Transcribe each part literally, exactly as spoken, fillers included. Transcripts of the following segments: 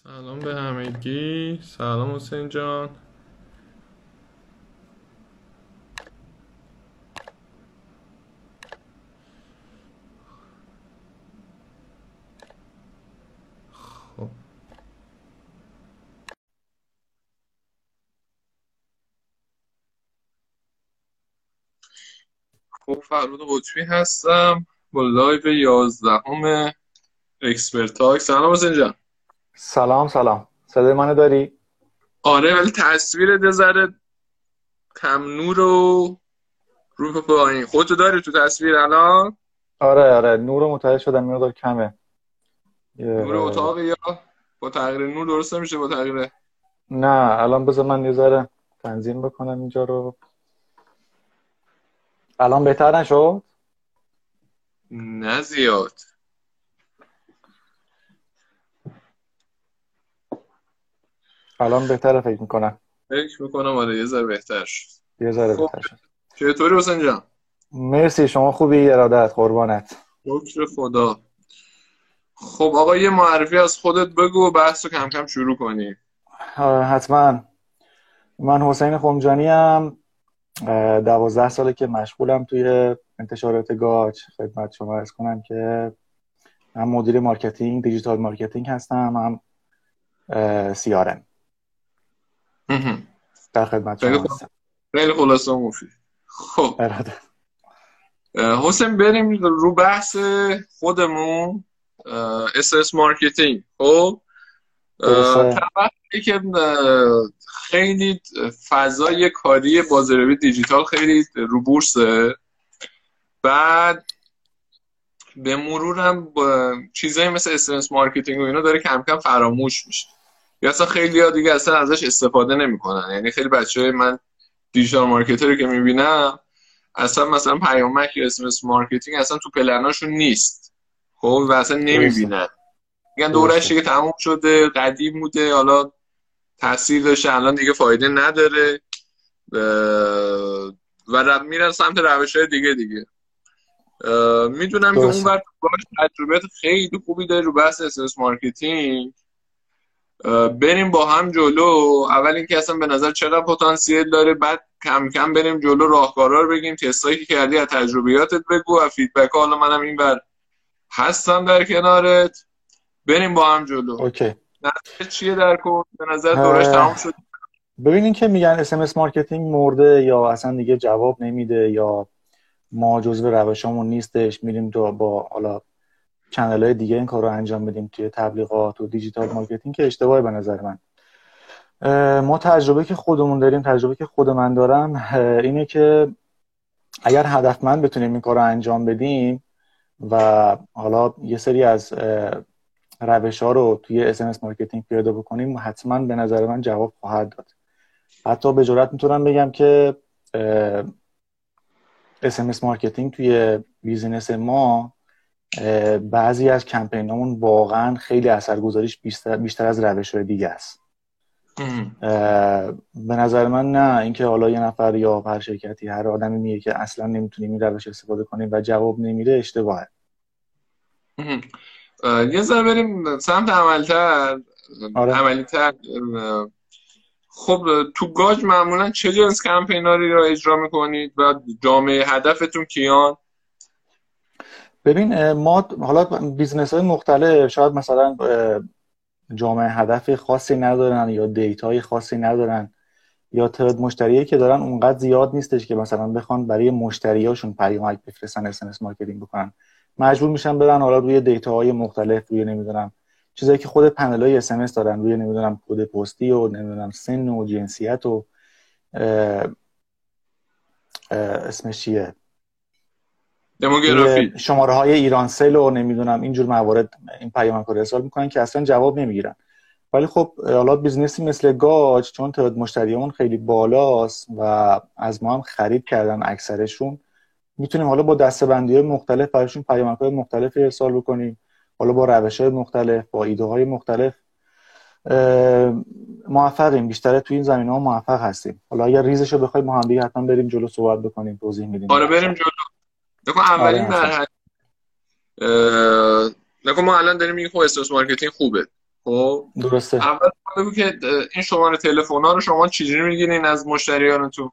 سلام به همگی. سلام حسین جان. خب خب فرود قطبی هستم با لایو یازدهم اکسپرت تاک. سلام حسین جان. سلام سلام، صدای منو داری؟ آره ولی تصویر یه ذره کم نور و رو به پایین. خودتو داری تو تصویر الان؟ آره آره، نور متوجه شدم یه مقدار کمه. نور یه- اتاق یا با تغییر نور درست میشه با تغییر؟ نه الان بذار من یه ذره تنظیم بکنم اینجا رو. الان بهتر نشد؟ نه زیاد. الان بهتره فکر میکنم. فکر میکنم آره یه ذره بهتر شد. یه ذره خب بهتر شد. چطوری حسین جان؟ مرسی، شما خوبی؟ ارادت، قربانت. شکر خدا. خب آقا یه معرفی از خودت بگو و بحث رو کم کم شروع کنیم. آه، حتما. من حسین خمجانی ام. دوازده ساله که مشغولم توی انتشارات گاج. خدمت شما عرض کنم که هم مدیر مارکتینگ، دیجیتال مارکتینگ هستم، هم سی آر ام. در خدمت خیلی شما خوب. هستم. خیلی خلاصه و مفید. خب ارادت. اه، حسین بریم رو بحث خودمون. اس اس مارکتینگ. خب اه، درسته. توقعی که اه، خیلی فضای کاری بازاریابی دیجیتال خیلی رو بورسه. بعد به مرورم با چیزایی مثل اس ام اس مارکتینگ و اینا داره کم کم فراموش میشه، یا اصلا خیلی ها دیگه اصلا ازش استفاده نمیکنن. یعنی خیلی بچهای من دیجیتال مارکتر که میبینم اصلا مثلا پیامک یا اس ام اس مارکتینگ اصلا تو پلناشون نیست. خب و اصلا درسته. نمیبینن، میگن دورش درسته. دیگه تموم شده، قدیم بوده، حالا تاثیر داشته، الان دیگه فایده نداره. اه، و رب میرن سمت روش های دیگه دیگه. میدونم که اون درسته. وقت باش تجربیات خیلی خوبی داری رو بحث اس ام اس مارکتینگ. بریم با هم جلو. اول اینکه اصلا به نظر چقدر پتانسیل داره، بعد کم کم بریم جلو، راهکارا رو بگیم، تستایی که کردی از تجربیاتت بگو و فیدبک ها. حالا منم این بر هستم در کنارت. بریم با هم جلو. اوکی. نظرت چیه در کل؟ به نظر دورش تمام اه، شد؟ ببینین که میگن اس ام اس مارکتینگ مرده یا اصلا دیگه جواب نمیده یا ما جزو روشامون نیستش، میریم تو با حالا چنل های دیگه این کار رو انجام بدیم توی تبلیغات و دیجیتال مارکتینگ، که اشتباهه به نظر من. اه، ما تجربه که خودمون داریم، تجربه که خود من دارم، اه، اینه که اگر هدفمند بتونیم این کار رو انجام بدیم و حالا یه سری از روش ها رو توی اس ام اس مارکتینگ پیاده بکنیم، حتما به نظر من جواب خواهد داد. حتی به جرات میتونم بگم که اس ام اس مارکتینگ توی بیزینس ما بعضی از کمپینامون واقعا خیلی اثرگذاریش بیشتر, بیشتر از روش های دیگه است. به نظر من نه اینکه حالا یه نفر یا هر شرکتی هر آدمی میگه که اصلا نمیتونیم این روش استفاده کنیم و جواب نمیده، اشتباهه. یه ذره بریم سمت عملتر آره. عملیتر. خب تو گاج معمولا چه جنس کمپیناری رو اجرا میکنید و جامعه هدفتون کیان؟ ببین ما حالا بیزنس های مختلف شاید مثلا جامعه هدف خاصی ندارن یا دیتای خاصی ندارن یا تعداد مشتریایی که دارن اونقدر زیاد نیستش که مثلا بخوان برای مشتریاشون پیامک بفرستن اس ام اس مارکتینگ بکنن. مجبور میشن برن حالا روی دیتاهای مختلف، روی نمیدونم چیزایی که خود پنل‌های اس ام اس دارن، روی نمیدونم کد پستی و نمیدونم سن و جنسیت و اه اه اسمش چیه، روی دموگرافی. شماره های ایرانسل و نمیدونم اینجور موارد این پیامک رو ارسال میکنن که اصلا جواب نمیگیرن. ولی خب حالا بیزنسی مثل گاج چون تعداد مشتریامون خیلی بالاست و از ما هم خرید کردن اکثرشون، میتونیم حالا با دسته‌بندی‌های مختلف براشون پیامک‌های مختلف ارسال بکنیم، حالا با روش‌های مختلف، با ایده‌های مختلف. موفقیم، بیشتر توی این زمینه‌ها موفق هستیم. حالا اگر ریزشو بخوایم ما هم دیگه حتما بریم جلو صحبت بکنیم، توضیح میدیم این آره بحثا. بریم جلو. نکن آره اولین حتما. مرحله. اه... نکن ما الان داریم میگیم خب استرس مارکتینگ خوبه. خب درسته. اول بگو که این شماره تلفن ها رو شما چجوری میگیرین از مشتریانتون؟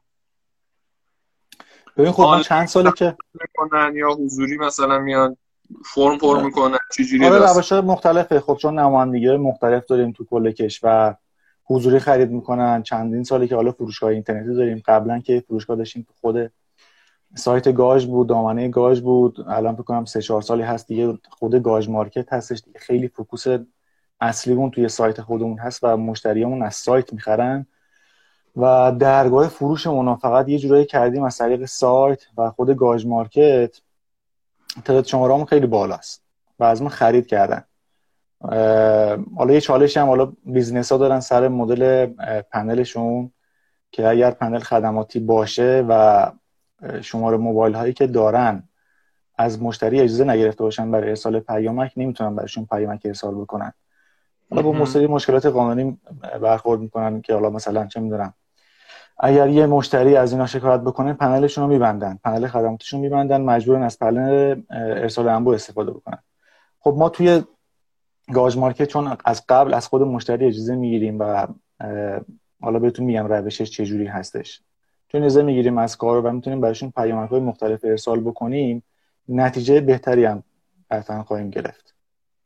ببین خب ما چند ساله که میکنن یا حضوری مثلا میان فرم پر میکنن، چجوری آره داست؟ روش‌ها مختلفه. خب چون نمایندگی مختلف داریم تو کل کشور، حضوری خرید میکنن. چندین ساله که حالا فروشگاه اینترنتی داریم. قبلا که فروشگاه داشتیم تو خود سایت گاج بود، دامنه گاج بود. الان فکر کنم سه چهار سالی هست دیگه خود گاج مارکت هستش دیگه. خیلی فوکوس اصلیمون توی سایت خودمون هست و مشتریامون از سایت میخرن و درگاه فروشمون فقط یه جورایی کردیم از طریق سایت و خود گاج مارکت. تعداد شماره‌مون خیلی بالاست و از ما خرید کردن. حالا یه چالشی هم حالا بیزنس‌ها دارن سر مدل پنلشون که اگر پنل خدماتی باشه و شماره موبایل هایی که دارن از مشتری اجازه نگرفته باشن برای ارسال پیامک، نمیتونن براشون پیامک ارسال بکنن. حالا با مشتری مشکلات قانونی برخورد میکنن که حالا مثلا چه میدونم اگر یه مشتری از اینا شکایت بکنه پنلشون رو میبندن، پنل خدماتشون میبندن، مجبورن از پنل ارسال انبوه استفاده بکنن. خب ما توی گاج مارکت چون از قبل از خود مشتری اجازه میگیریم و حالا بهتون میگم روشش چجوری هستش، چون اجازه میگیریم از کار و میتونیم براشون پیامک‌های مختلف ارسال بکنیم، نتیجه بهتری هم قطعا خواهیم گرفت.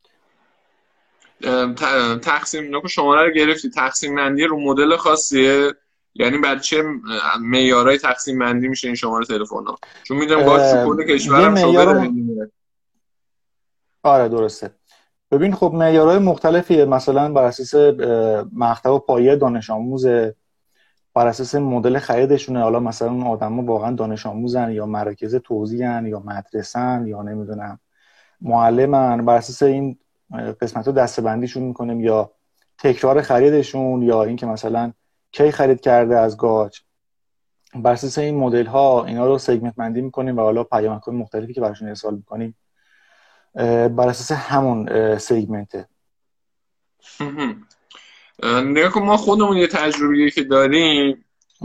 تقسیم نکو شماره رو گرفتی، تقسیم بندی رو مدل خاصیه؟ یعنی بر چه معیارای تقسیم بندی میشه این شماره تلفن ها؟ چون میدونم گاج تو کل کشورم شعبه داره. آره درسته. ببین خب معیارهای مختلفیه، مثلا بر اساس مقطع و پایه دانش آموز، بر اساس مدل خریدشونه. حالا مثلا اون آدما واقعا دانش آموزن یا مراکز توزیعن یا مدرسه‌ن یا نمیدونم معلمن، بر اساس این قسمت‌ها دسته‌بندیشون میکنیم، یا تکرار خریدشون یا اینکه مثلا کی خرید کرده از گاج. بر اساس این مدل ها اینا رو سگمنت بندی میکنیم و حالا پیامک‌های مختلفی که براشون ارسال میکنیم بر اساس همون سگمنته. نگاه کن ما خودمون یه تجربه‌ای که داریم،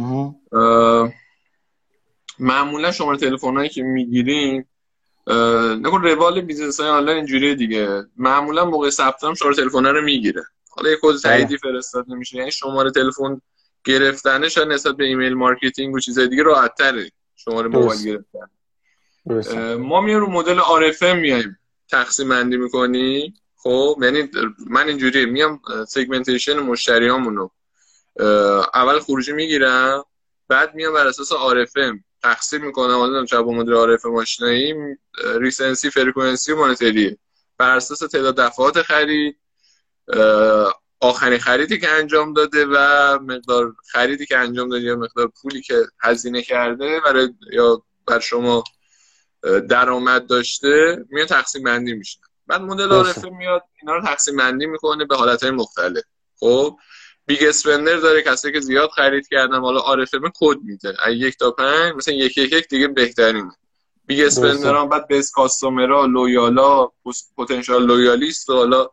معمولا شماره تلفن‌هایی که میگیریم، نگاه روال بیزنس‌های آنلاین اینجوریه دیگه، معمولا موقع ثبت نام شماره تلفن رو میگیره. حالا یه کد تاییدی فرستاده میشه، یعنی شماره تلفن گرفتنش نسبت به ایمیل مارکتینگ و چیزای دیگه راحت‌تره شماره موبایل گرفتن. ما میایم رو مدل آر اف ام میایم تقسیم بندی می‌کنیم. خب یعنی من اینجوری میام سگمنتیشن مشتریامون رو اول خروجی میگیرم، بعد میام بر اساس آر اف ام تقسیم میکنم. حالا چه با مدل آر اف ام آشنایی، ریسنسی، فرکانسی و مانیتری بر اساس تعداد دفعات خرید، آخرین خریدی که انجام داده و مقدار خریدی که انجام داده یا مقدار پولی که هزینه کرده برای یا بر شما درآمد داشته، میاد تقسیم بندی میشه. بعد مدل آر اف ام میاد اینا رو تقسیم بندی میکنه به حالتهای مختلف. خب بیگ اسپندر داره، کسایی که زیاد خرید کردن، حالا آر اف ام کد میده از یک تا پنج، مثلا یک یک یک دیگه بهترینه. بیگ اسپندر هم بعد بیس کاستومرها، لویالا، پتانسیال لویالیست و حالا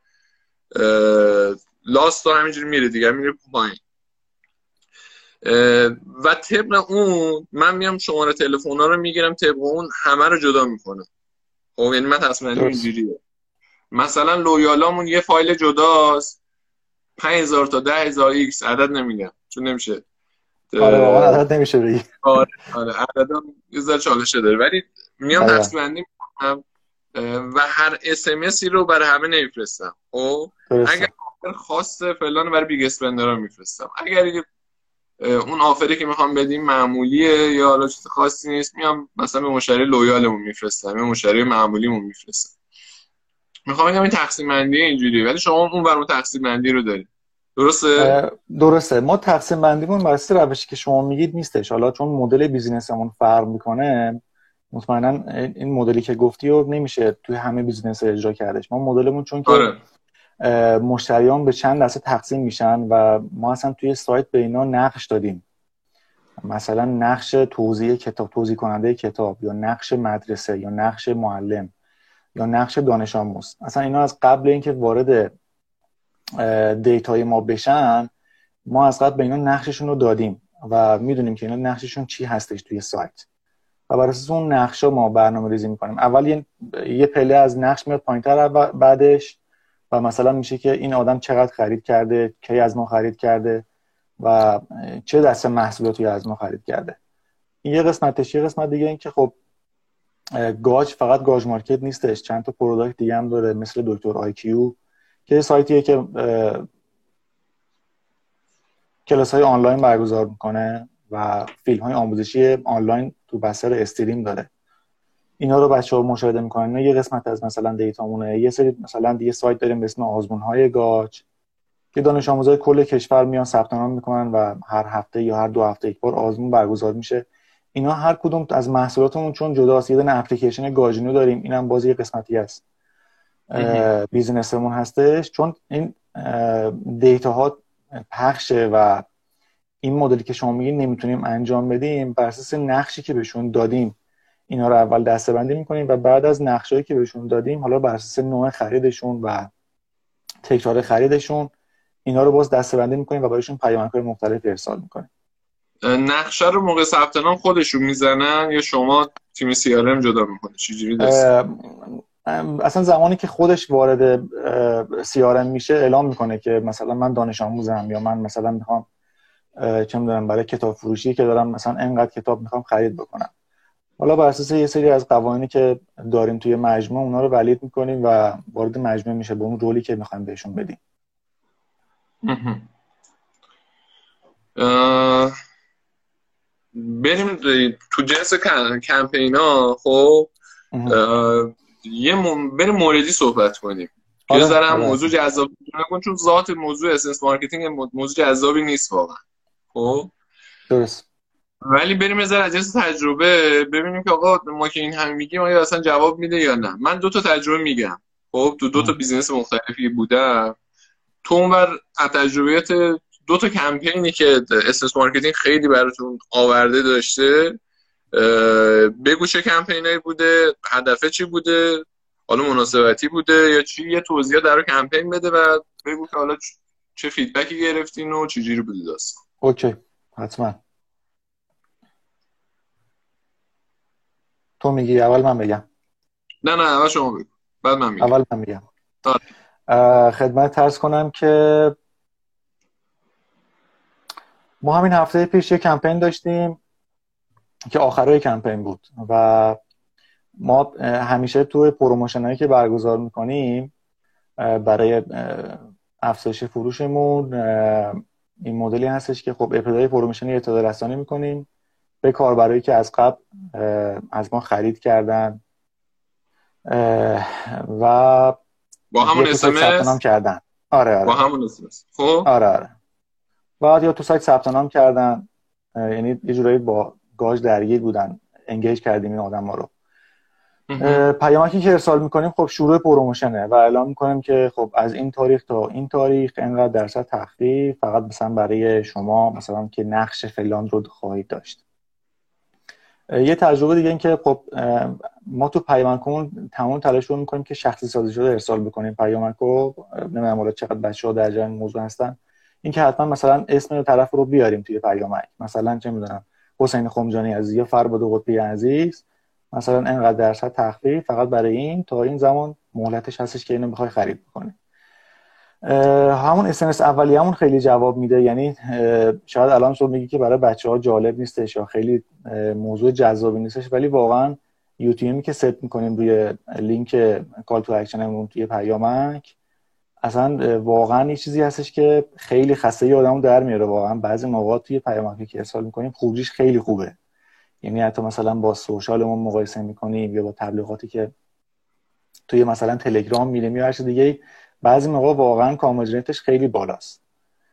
لاست و همینجوری میره دیگه، میره پایین. و طبق اون من میام شماره تلفن‌ها رو میگیرم، طبق اون همه رو جدا میکنم. خب یعنی من تصمیم بندی اینجوریه، مثلا لویالامون یه فایل جداست، پنج هزار تا ده هزار ایکس، عدد نمیگم چون نمیشه. آره واقعا عدد نمیشه بگی. آره آره عددم یه ذره چالشه داره، ولی میام تقسیم بندی میکنم و هر اس ام اسی رو برای همه نمیفرستم. خب اگر آفر خاص فلان برای بیگ اسپندرها میفرستم، اگر اون آفری که میخوام بدیم معمولیه یا حالا چیز خاصی نیست، میام مثلا به مشتری لویالمون میفرستم یا مشتری معمولیمون میفرستم. میخوام بگم این تقسیم بندی اینجوریه، ولی شما اون برام تقسیم بندی رو دارید. درسته؟ درسته. ما تقسیم بندیمون بر اساس روشی که شما میگید نیستش. حالا چون مدل بیزینسمون فرق میکنه، مطمئنا این مدلی که گفتی رو نمیشه توی همه بیزینس اجرا کردش. ما مدلمون چون که آره. مشتریان به چند دسته تقسیم میشن و ما اصلا توی سایت به اینا نقش دادیم، مثلا نقش توزیع کتاب، توزیع کننده کتاب، یا نقش مدرسه، یا نقش معلم، یا نقش دانش آموز. اصلا اینا از قبل اینکه وارد دیتای ما بشن، ما از قبل به اینا نقششون رو دادیم و میدونیم که اینا نقششون چی هستش توی سایت و بر اساس اون نقشا ما برنامه‌ریزی می‌کنیم. اول یه, یه پله از نقش میاد پایین‌تر، بعدش و مثلا میشه که این آدم چقدر خرید کرده، کی از ما خرید کرده و چه دسته محصولاتی از ما خرید کرده. این یه قسمتش. یه قسمت دیگه این که خب گاج فقط گاج مارکت نیستش، چند تا پروداکت دیگه هم داره مثل دکتر آی کیو که سایتیه که کلاس های آنلاین برگزار میکنه و فیلم های آموزشی آنلاین تو بستر استریم داره. اینا رو بچه‌ها مشاهده میکنن. یه قسمت از مثلا دیتامونه. یه سری مثلا دیگه سایت داریم به اسم آزمون های گاج که دانش آموزای کل کشور میان ثبت نام میکنن و هر هفته یا هر دو هفته یک بار آزمون برگزار میشه. اینا هر کدوم از محصولاتمون چون جداست، یه دونه اپلیکیشن گاجینو داریم، اینم باز یه قسمتی است بیزینسمون هستش، چون این دیتا ها پخشه و این مدلی که شما میگین نمیتونیم انجام بدیم، بر اساس نقشی که بهشون دادیم اینا رو اول دسته‌بندی میکنیم و بعد از نقشایی که بهشون دادیم حالا بر اساس نوع خریدشون و تکرار خریدشون اینا رو باز دسته‌بندی میکنیم و برایشون پیامک‌های مختلف ارسال میکنیم. نقشه رو موقع ثبت نام خودشون میزنن یا شما تیم سی آر ام جدا میکنه؟ چجوری دست؟ اصلا زمانی که خودش وارد سی آر ام میشه اعلام میکنه که مثلا من دانش آموزم یا من مثلا میخوام چه میدونم برای کتاب فروشی که دارم مثلا انقدر کتاب میخوام خرید بکنم. حالا بر اساس یه سری از قوانینی که داریم توی مجموعه اونا رو ولید میکنیم و وارد مجموعه میشه به اون رولی که میخوایم بهشون بدیم. بریم تو جنس کمپینا. خب یه م... بریم موردی صحبت کنیم. یه ذره هم موضوع جذاب نکن چون ذات موضوع اسنس مارکتینگ موضوع جذابی نیست واقعا. خب درست. ولی بریم یه ذره از جنس تجربه ببینیم که آقا ما که این هم میگیم آیا اصلا جواب میده یا نه. من دو تا تجربه میگم. خب تو دو تا بیزینس مختلفی بودم. تو اونور تجربیات دو تا کمپینی که اسنس مارکتینگ خیلی براتون آورده داشته بگو چه کمپینایی بوده، هدفه چی بوده، حالا مناسبتی بوده یا چی، یه توضیح در کمپین بده و بگو که حالا چه فیدبکی گرفتین و چه جوری بوده داستان. اوکی حتما. تو میگی اول من بگم؟ نه نه اول شما بگو بعد من میگم. اول من میگم. خدمت عرض کنم که ما همین هفته پیش یه کمپین داشتیم که آخرای کمپین بود و ما همیشه توی پروموشنایی که برگزار میکنیم برای افزایش فروشمون این مدلی هستش که خب ابتدای پروموشنی اطلاع رسانی میکنیم به کاربرایی که از قبل از ما خرید کردن و با همون اس ام اس کردن. آره آره با همون اس ام اس. خب آره آره بعد یا تو سایت ثبت نام کردن، یعنی یه جورایی با گاج درگیر بودن، انگیج کردیم این آدما رو. پیامکی که ارسال میکنیم خب شروع پروموشنه و اعلام میکنیم که خب از این تاریخ تا این تاریخ اینقدر درصد تخفیف فقط مثلا برای شما مثلا که نقش فلان رو خواهید داشت. یه تجربه دیگه این که خب ما تو پیامکمون تمام تلاش رو میکنیم که شخصی سازی شده ارسال بکنیم پیامکو. نمیدونم حالا چقدر بچه‌ها در جریان موضوع هستن، این که حتما مثلا اسم طرف رو بیاریم توی پیامک، مثلا چه میدونم حسین خمجانی عزیز یا فرباد قطبی عزیز مثلا اینقدر درصد تخفیف فقط برای این تا این زمان مهلتش هستش که اینو میخوای خرید بکنی. همون اس ام اس اولیه‌مون خیلی جواب میده، یعنی شاید الان شما میگی که برای بچه‌ها جالب نیستش یا خیلی موضوع جذابی نیستش، ولی واقعا یوتیوبی که ست میکنیم روی لینک کال تو اکشنمون توی پیامک اصلا واقعا یه چیزی هستش که خیلی خسته آدمو در میاره. واقعا بعضی موقع توی پیامکی که ارسال میکنیم خروجیش خیلی خوبه، یعنی حتی مثلا با سوشالمون مقایسه میکنیم یا با تبلیغاتی که توی مثلا تلگرام میریم یا هر چیز دیگه، بعضی موقع واقعا کانورژنتش خیلی بالاست.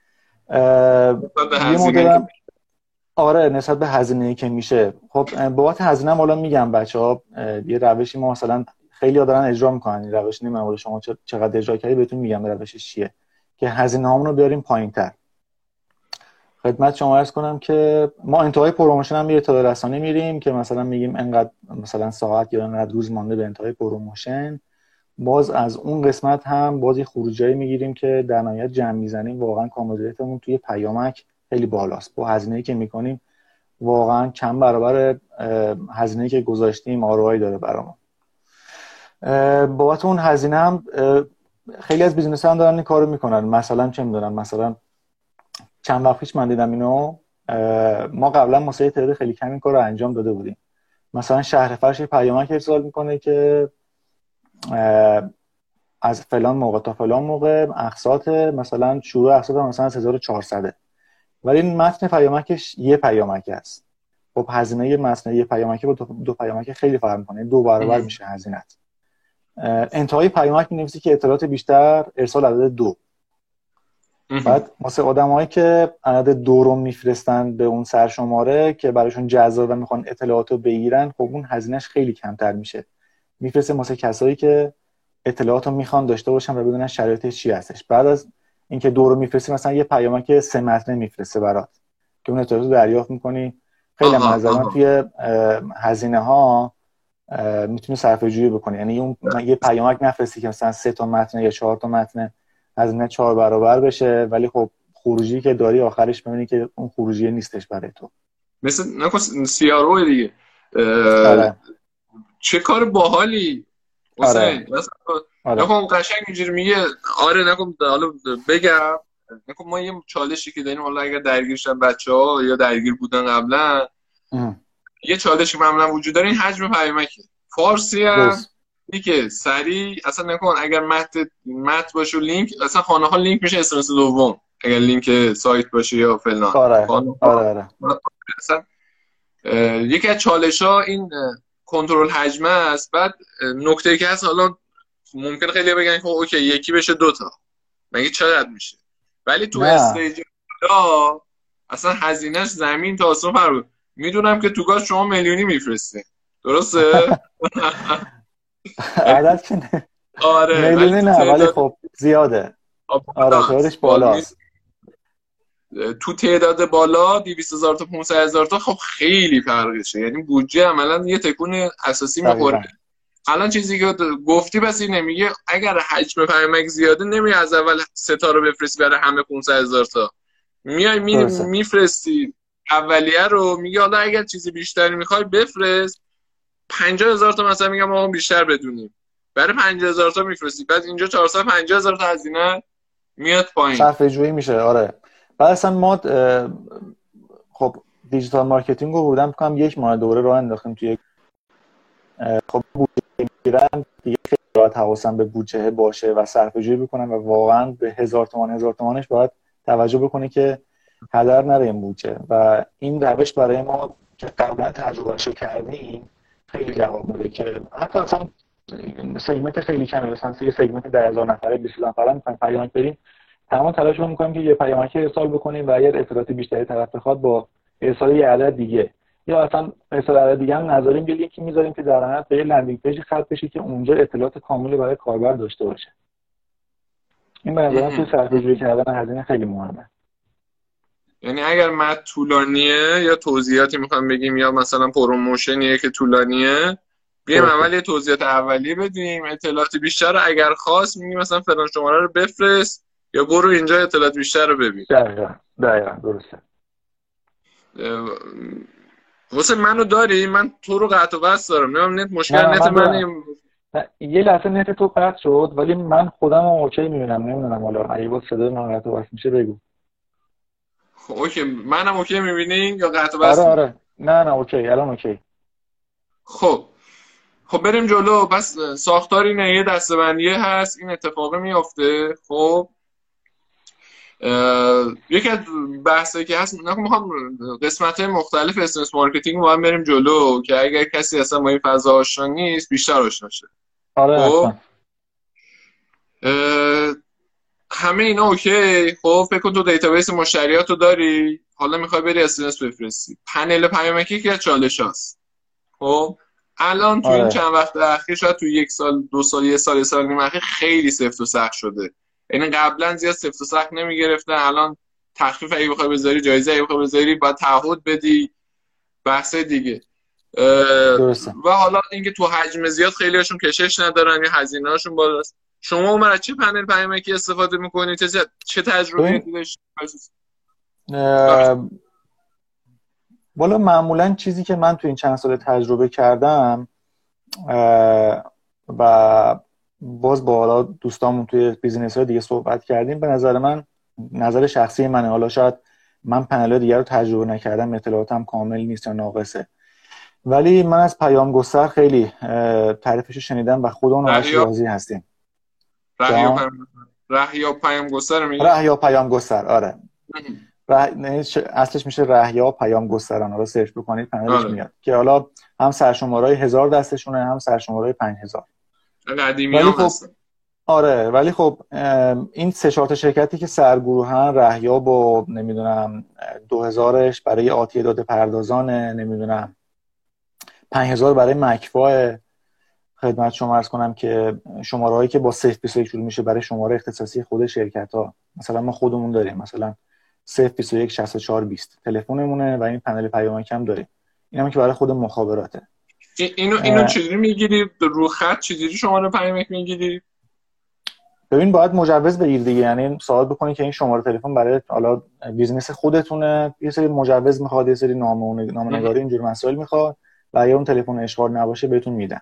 یه مدل آره نسبت به هزینه‌ای که میشه. خب بابت هزینه هم حالا میگم بچه‌ها یه روشی ما مثلا خیلی ها دارن اجرا میکنن، این روش نمیدونم شما چقدر اجرا کردی بهتون میگم روشش چیه که هزینه هامون رو بیاریم پایین‌تر. خدمت شما عرض کنم که ما انتهای پروموشن هم یه اطلاع رسانی میریم که مثلا میگیم انقدر مثلا ساعت یا انقدر روز مانده به انتهای پروموشن. باز از اون قسمت هم بازی خروجایی میگیریم که در نهایت جمع میزنیم واقعا کاملیتمون توی پیامک خیلی بالاست. با هزینه‌ای که میکنیم واقعا چند برابر هزینه‌ای که گذاشتیم آر او آی داره برامون. بابت اون هزینه هم خیلی از بیزنس ها هم دارن این کارو میکنن. مثلا چه میدونم، مثلا چند وقت پیش من دیدم اینو، ما قبلا واسه تعداد خیلی کمی این کارو انجام داده بودیم. مثلا شهر فرش پیامک ارسال میکنه که از فلان موقع تا فلان موقع اقساط، مثلا شروع اقساط مثلا از هزار و چهارصد، ولی این متن پیامکش یه پیامک است. خب هزینه متن یه پیامک با دو پیامک خیلی فرق میکنه، دو برابر میشه هزینه‌ت. انتهای پیامک می‌نویسی که اطلاعات بیشتر ارسال عدد دو. بعد واسه آدمایی که عدد دو رو میفرستن به اون سرشماره که براشون جذاب و میخوان اطلاعات رو بگیرن، خب اون هزینه‌اش خیلی کمتر میشه. میفرسته واسه کسایی که اطلاعات رو میخوان داشته باشن و بدونن شرایطش چی هستش. بعد از اینکه دو رو میفرستی، مثلا یه پیامک سه متنه میفرسته برات که اون اطلاعات رو دریافت میکنی. خیلی مثلا توی هزینه ها میتونی صرفه‌جویی بکنی. یعنی اون یه پیامک نفرستی که مثلا سه تا متن یا چهار تا متن هزینه چهار برابر بشه، ولی خب خروجی که داری آخرش ببینی که اون خروجی نیستش برای تو. مثل نکن سی آر او دیگه. آره. چه کار باحالی حسین. آره. مثلا نکن قشنگ اینجوری میگه آره نکن حالا بگم نکن ما یه چالشی که داریم، حالا اگر درگیر شدن بچه‌ها یا درگیر بودن قبلا، یه چالشی معمولا وجود داره، این حجم پیامکه. فارسی هم دیگه سریع اصلا نکن اگر متن متن باشه و لینک، اصلا خانه ها لینک میشه اس ام اس دوم اگر لینک سایت باشه یا فلان. آره آره آره. اصلا یکی از چالش‌ها این کنترل حجم است. بعد نکته‌ای که هست، حالا ممکن خیلی بگن که اوکی یکی بشه دوتا، مگه چقدر میشه؟ ولی تو استیج دا اصلا هزینهش زمین تا آسمون فرق. میدونم که تو گاز شما میلیونی میفرسته، درسته؟ عدد که نه. آره میلیونی نه، ولی خب زیاده. آره تعدادش بالاست. تو تعداد بالا دویست هزار تا پانصد هزار تا خب خیلی فرقشه. یعنی بودجه عملا یه تکون اساسی میخوره. الان چیزی که گفتی بس اینه، میگه اگر حجم پیامک زیاده نمی از اول سه تا رو بفرستی برای همه پانصد هزار تا، میای می میفرستی اولیه رو، میگه حالا اگر چیزی بیشتری میخوای بفرست پنجاه هزار تا مثلا، میگم ما بیشتر بدونیم، برای پنجاه هزار تا میفرستی، بعد اینجا چهارصد و پنجاه هزار تا هزینه میاد پایین، صرفه جویی میشه. آره. بعد اصلا ما خب دیجیتال مارکتینگ رو بودم میگم یک ماه دوره راه انداختیم توی خب بودجه میگیرن دیگه، خیلی راحت حواسم به بودجه باشه و صرفه جویی بکنم و واقعا به هزار تومان هزار تومانش باید توجه بکنی که هدر نره این بودجه. و این روش برای ما که قبلا تجربهشو کردیم خیلی جواب میده که حتی اصلا سگمنت خیلی کمی، مثلا یه سگمنت ده هزار نفره بیست هزار نفره میخوایم پیامک بریم، تمام تلاش رو میکنیم که یه پیامک ارسال بکنیم و اگر اطلاعات بیشتری طرف بخواد با ارسال یه عدد دیگه یا اصلا ارسال عدد دیگه هم نذاریم، یه لینکی میذاریم که در نهایت به یه لندینگ پیج ختم بشه که اونجا اطلاعات کامل برای کاربر داشته باشه. این به نظرم توی صرفه‌جویی کردن هزینه خیلی مهمه. یعنی اگر متن طولانیه یا توضیحاتی میخوام بگیم یا مثلا پروموشنیه که طولانیه، بیایم اول یه توضیحات اولیه بدیم، اطلاعات بیشتر رو اگر خواست میگیم مثلا فلان شماره رو بفرست یا برو اینجا اطلاعات بیشتر رو ببین. دقیقاً دقیقاً درسته. واسه منو داری؟ من تو رو قطع و وصل دارم، نمیم نت مشکل نت من یه لحظه نت تو قطع شد، ولی من خودم هم اوکی میبینم. نمیدونم حالا اگه با صدای من قطع و وصل میشه بگو. خب اوکی، منم اوکی میبینین یا قطع و وصل؟ آره آره نه نه اوکی، الان اوکی. خب خب بریم جلو. پس ساختار اینه، یه دسته‌بندی هست، این اتفاق میفته. خب یکی از بحثایی که هست، من میخوام قسمت‌های مختلف اسنس مارکتینگ رو بریم جلو که اگر کسی اصلا با این فضا آشنا نیست بیشتر آشنا شه. آره خب همه اینا اوکی. خب فکر کن تو دیتابیس مشتریاتو داری، حالا میخوای بری اسنس بفرستی. پنل پیامکی که چالش هست. خب الان تو آره. این چند وقت اخیر، شاید تو یک سال دو سال یه سال یه سال نیم اخیر خیلی سفت و سخت شده. یعنی قبلا زیاد سفت و سخت نمیگرفتن، الان تخفیف اگه بخوای بذاری، جایزه اگه بخوای بذاری، باید تعهد بدی، بحث دیگه. درسته. و حالا اینکه تو حجم زیاد خیلی هاشون کشش ندارن یا هزینه هاشون بالاست. شما عمر از چه پنل پیامکی استفاده میکنید؟ چه چه تجربه‌ای داشتید؟ والا معمولا چیزی که من تو این چند سال تجربه کردم و باز با حالا دوستامون توی بیزینس های دیگه صحبت کردیم. به نظر من، نظر شخصی منه، حالا شاید من پنل دیگه رو تجربه نکردم، اطلاعاتم کامل نیست یا ناقصه، ولی من از پیام گستر خیلی تعریفش رو شنیدم و خودمون ازش راضی هستیم. ره یا پیام ره یا پیام گستر میگی؟ ره یا پیام گستر، آره. ره... اصلش میشه ره یا پیام گستران، رو سرچ بکنید پنلش آره. میاد که حالا هم سرشمارهای هزار دستشونه، هم سرشمارهای پنج هزار. قدیمی هم هستن. آره، ولی خب این سه چهار تا شرکتی که سرگروهن، رهیا با نمیدونم دو هزارش برای آتی داده پردازانه، نمیدونم پنج هزار برای مکفا. خدمت شما عرض کنم که شماره هایی که با صفر بیست و یک شروع میشه برای شماره اختصاصی خود شرکت ها، مثلا ما خودمون داریم، مثلا صفر بیست و یک شصت و چهار بیست تلفنمونه و این پنل پیامک هم داریم. این هم که برای خود مخابراته. اینو اینو چجوری میگیری؟ رو خط چجوری شماره پیامک میگیری؟ ببین باید مجوز بگیر دیگه، یعنی سوال بکنی که این شماره تلفن برای حالا بیزینس خودتونه، یه سری مجوز میخواد، یه سری نامه نامه‌نگاری اینجور مسائل میخواد و اگه اون تلفن اشغال نباشه بهتون میدن.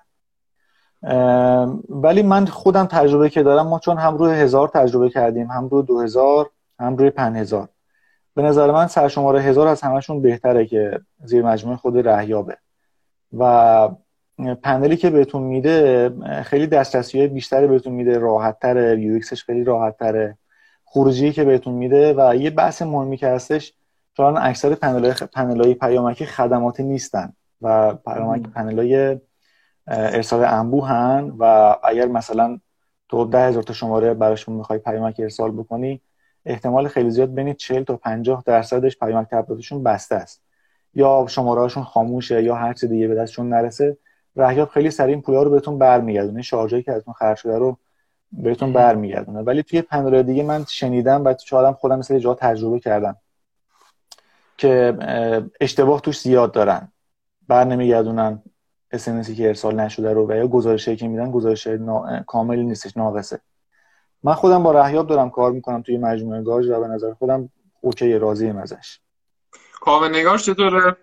ولی من خودم تجربه که دارم، ما چون هم روی هزار تجربه کردیم، هم روی دو هزار، هم روی پنج هزار، به نظر من سرشماره هزار از همشون بهتره که زیر مجموعه خود رهیابه و پنلی که بهتون میده خیلی دسترسی‌های بیشتری بهتون میده، راحت‌تره، یو ایکسش خیلی راحت‌تره، خروجی که بهتون میده. و یه بحث مهمی که هستش، چون اکثر پنل‌های پنل‌های پیامکی خدماتی نیستن و پیامک پنل‌های ارسال انبوهن و اگر مثلا تو ده هزار تا شماره براشون میخوای پیامک ارسال بکنی، احتمال خیلی زیاد بین چهل تا پنجاه درصدش پیامک تبلیغاتشون بسته است، یا شماره هاشون خاموشه یا هر چیز دیگه به دستشون نرسه. رهیاب خیلی سریع این پولا رو بهتون برمیگردونه، شارژایی که ازتون خرج شده رو بهتون برمیگردونه. ولی توی پنل دیگه من شنیدم و شاید خودم مثلا جا تجربه کردم که اشتباه توش زیاد دارن، بر نمیگردونن اس ام اسی که ارسال نشده رو، و یا گزارشی که میدن گزارش نا... کاملی نیستش، ناقصه. من خودم با رهیاب دارم کار میکنم توی مجموعه گاج و به نظر خودم اوکی، راضیم ازش. کاوه نگار چطوره؟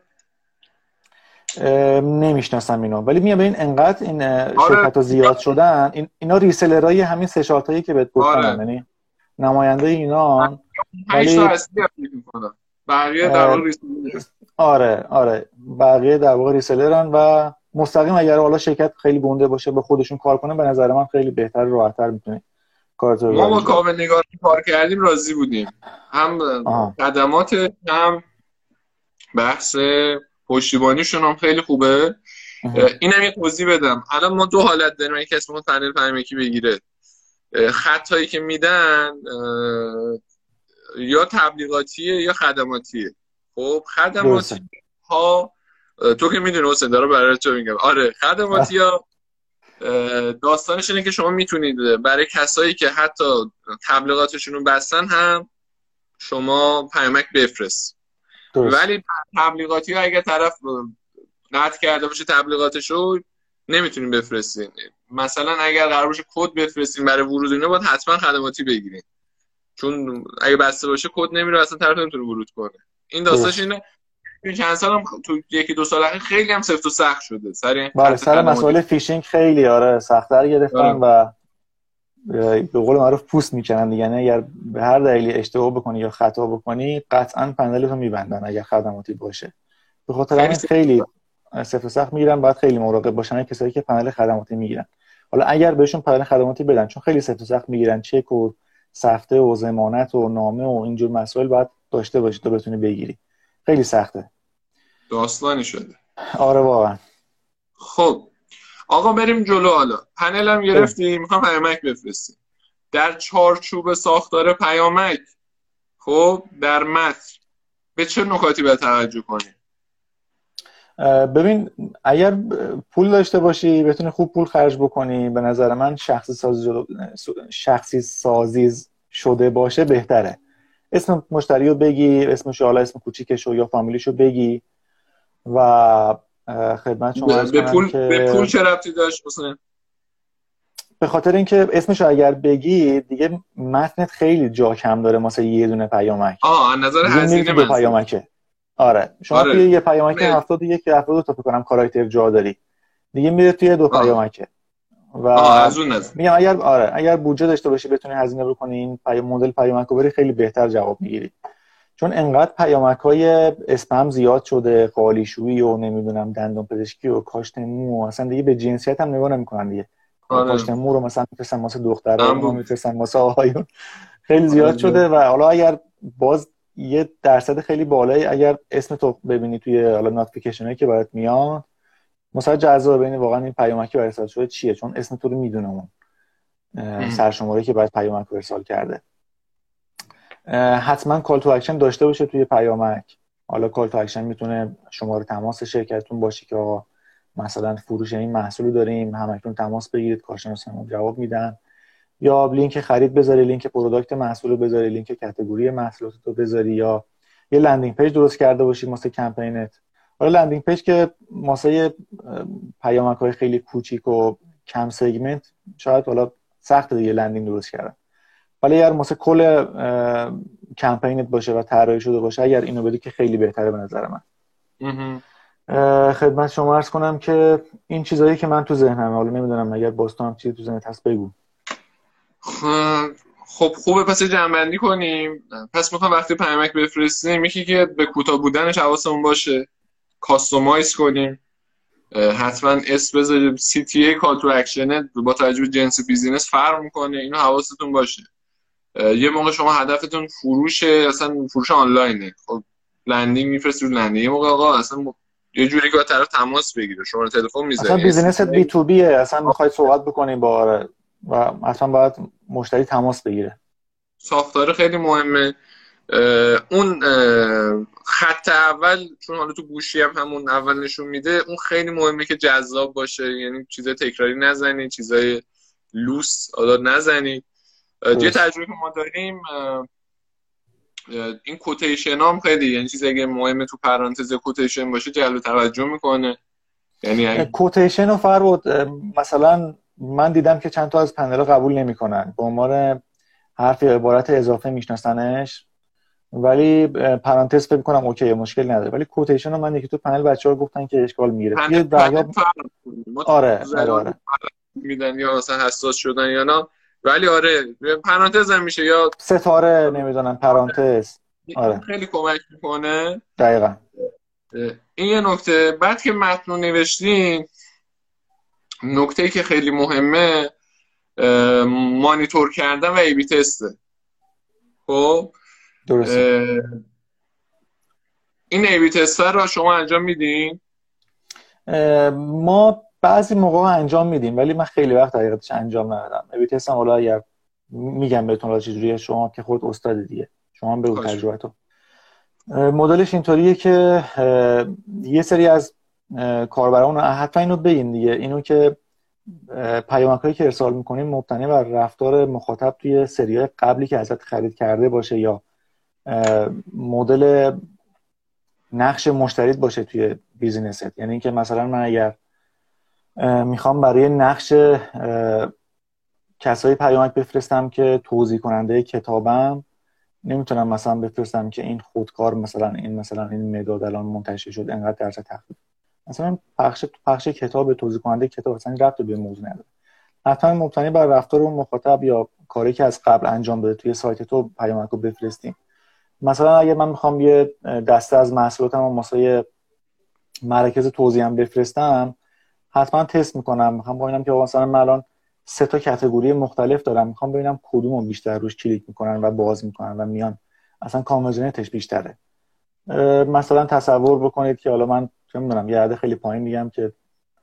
نمیشناسم اینو، ولی میگم ببین انقدر این شرکت ها زیاد شدن، این اینا ریسلرای همین سه چهار تایی که بهت گفتم، یعنی نماینده اینا. ولی اصلی میکنن بقیه در واقع ریسلر. آره آره بقیه در واقع ریسلرن و مستقیم اگر حالا شرکت خیلی گنده باشه به خودشون کار کنه، به نظر من خیلی بهتر، راحت‌تر میتونه کارتو. ما با کاوه نگار کار کردیم، راضی بودیم، هم خدمات هم بحث پشتیبانیشون هم خیلی خوبه. اینم یه توضیح بدم، الان ما دو حالت داریم اگه کسی میخواد پنل پیامکی بگیره. خطایی که میدن یا تبلیغاتیه یا خدماتیه. خب خدماتی ها تو که میدونی حسین، داره برای تو میگم، آره خدماتی ها داستانش اینه که شما میتونید برای کسایی که حتی تبلیغاتشون رو بستن هم شما پیامک بفرست. ولی تبلیغاتی ها اگه طرف قطع کرده باشه تبلیغاتشو نمیتونیم بفرستین. مثلا اگر قرار باشه کد بفرستین برای ورود اینو، باید حتما خدماتی بگیرین، چون اگه بسته باشه کد نمیره، اصلا طرف نمیتونه ورود کنه. این داستانش اینه. این چند سال هم تو یکی دو سال اخیر خیلی هم سفت و سخت شده سر بله سر مسائل فیشینگ خیلی آره سخت‌تر گرفتن و به قول معروف پوست میکنن دیگه. یعنی اگر به هر دلیلی اشتباه بکنی یا خطا بکنی قطعا پنلتو میبندن اگر خدماتی باشه. به خاطر همین خیلی سفت و سخت میگیرن، باید خیلی مراقب باشن کسایی که پنل خدماتی میگیرن. حالا اگر بهشون پنل خدماتی بدن، چون خیلی سفت و سخت میگیرن، چک و سفته و ضمانت و نامه و اینجور مسائل باید داشته باشی تا بتونی بگیری. خیلی سخته، داستانی شده. آره واقعا. خب آقا بریم جلو. حالا پنل هم گرفتیم، میخوام پیامک بفرستیم. در چارچوب ساختار پیامک خب در متن به چه نکاتی باید توجه کنیم؟ ببین اگر پول داشته باشی بتونی خوب پول خرج بکنی، به نظر من شخصی سازی شخصی سازی شده باشه بهتره. اسم مشتری رو بگی، اسمش حالا اسم کوچیکش یا فامیلیشو بگی و خدمت شما عرض کنم پول، که به پول چه ربطی داشت مثلا؟ به خاطر اینکه اسمشو اگر بگی دیگه متنت خیلی جا کم داره واسه یه دونه پیامک. آه از نظر هزینه دو پیامکه. آره شما آره. توی یه پیامک هفتاد و یک هفتاد و دو تا فکر کنم کاراکتر جا داری، دیگه میره توی دو پیامکه. و از اون نظر میگم اگر آره اگر بودجه داشته باشی بتونی هزینه بکنی این پیام مدل پیامک رو بری خیلی بهتر جواب میگیری. چون انقدر پیامک‌های اسپم زیاد شده، قالیشویی و نمیدونم دندون پزشکی و کاشت مو، اصلا دیگه به جنسیت هم نگاه نمی‌کنن دیگه. آره. کاشت مو رو مثلا می‌فرستن واسه دخترها، اونو هم می‌فرستن واسه آقایون. خیلی زیاد آره. شده و حالا اگر باز یه درصد خیلی بالایی اگر اسم تو ببینی توی حالا نوتیفیکیشنایی که برات میاد، مثلا جذاب ببینی واقعا این پیامکی ارسال شده چیه، چون اسم تو رو میدونه اون سرشماره‌ای که برات پیامک رو ارسال کرده. حتما کال تو اکشن داشته باشه توی پیامک. حالا کال تو اکشن میتونه شماره تماس شرکتتون باشه که آقا مثلا فروش این محصول داریم، همکنون تماس بگیرید، کارشناسمون جواب میدن. یا لینک خرید بذاری، لینک پروداکت محصول بذاری، لینک کاتگوری محصولات رو بذاری، یا یه لندینگ پیج درست کرده باشی واسه کمپینت. حالا لندینگ پیج که واسه پیامک‌های خیلی کوچیک و کم سگمنت شاید حالا سخت دیگه لندینگ درست کردن. ولی اگر مثلا کل کمپینت باشه و طراحی شده باشه، اگر اینو بدی که خیلی بهتره به نظر من. خدمت شما عرض کنم که این چیزایی که من تو ذهنمه، حالا نمیدونم اگر باز تو هم چیزی تو ذهنت هست بگو. خب خوبه پس جمع‌بندی کنیم. پس میخوام وقتی پیامک بفرستیم یکی که به کوتاه بودنش حواسمون باشه، کاستومایز کنیم، حتما اسم بذاریم، سی تی ای کال تو اکشن با توجه به جنس بیزینس فرق میکنه، اینو حواستون باشه. یه موقع شما هدفتون فروش اصلا فروش آنلاینه، خب لندینگ میفرستید رو لندینگ. یه موقع آقا اصلا یه جوری که طرف تماس بگیره، شما تلفن میزنید، اصلا بیزینست بی تو بیه، اصلا میخوای صحبت بکنی با و اصلا باید مشتری تماس بگیره. ساختار خیلی مهمه. اون خط اول چون حالا تو گوشی هم همون اول نشون میده، اون خیلی مهمه که جذاب باشه، یعنی چیزای تکراری نزنید، چیزای لوس حالا نزنید. یه تجربه که ما داریم این کوتیشن هم خیلی، یعنی چیزی اگه مهمه تو پرانتز کوتیشن باشه جلب توجه میکنه. یعنی اگه کوتیشن و فرود مثلا من دیدم که چند تا از پنل قبول نمیکنن به عنوان حرف یا عبارت اضافه میشناسنش، ولی پرانتز فکر کنم اوکی مشکل نداره، ولی کوتیشن رو من یکی تو پنل بچه‌ها گفتن که اشکال میگیره. توی دریاب آره آره آره میدن یا مثلا حساس شدن یا نه، ولی آره پرانتز هم میشه یا ستاره نمیدونم پرانتز. آره خیلی کمک میکنه. دقیقاً این یه نکته. بعد که متن رو نوشتین، نکته‌ای که خیلی مهمه مانیتور کردن و ای بی تسته. خب درسته. این ای بی تست رو شما انجام میدین؟ ما بعضی موقع انجام میدیم ولی من خیلی وقت حقیقتش انجام ندادم. ای بی تست هم حالا اگر میگم بهتون حالا چجوریه، شما که خود استاد دیگه شما هم بگو تجربتون. مدلش اینطوریه که یه سری از کاربران حتما اینو بگین دیگه، اینو که پیامک‌هایی که ارسال می‌کنیم مبتنی بر رفتار مخاطب توی سری‌های قبلی که ازت خرید کرده باشه یا مدل نقش مشتریت باشه توی بیزینست. یعنی اینکه مثلا من اگر میخوام برای نقش کسایی پیامک بفرستم که توضیح کننده کتابم، نمیتونم مثلا بفرستم که این خودکار مثلا این مثلا این مداد الان منتشر شد انقدر درصد تخفیف، مثلا پخش پخش کتاب توضیح کننده کتاب اصلا ربط به موضوع نداره. حتما مبتنی بر رفتار اون مخاطب یا کاری که از قبل انجام بده توی سایت تو پیامک رو بفرستیم. مثلا اگه من میخوام یه دسته از محصولاتم رو مثلا مراکز توزیعم بفرستم، حتما تست میکنم، میخوام ببینم که مثلا من الان سه تا کاتگوری مختلف دارم، میخوام ببینم کدومو بیشتر روش کلیک میکنن و باز میکنن و میان اصلا کانورژنش بیشتره. مثلا تصور بکنید که حالا من چه میدونم یه عدد خیلی پایین میگم که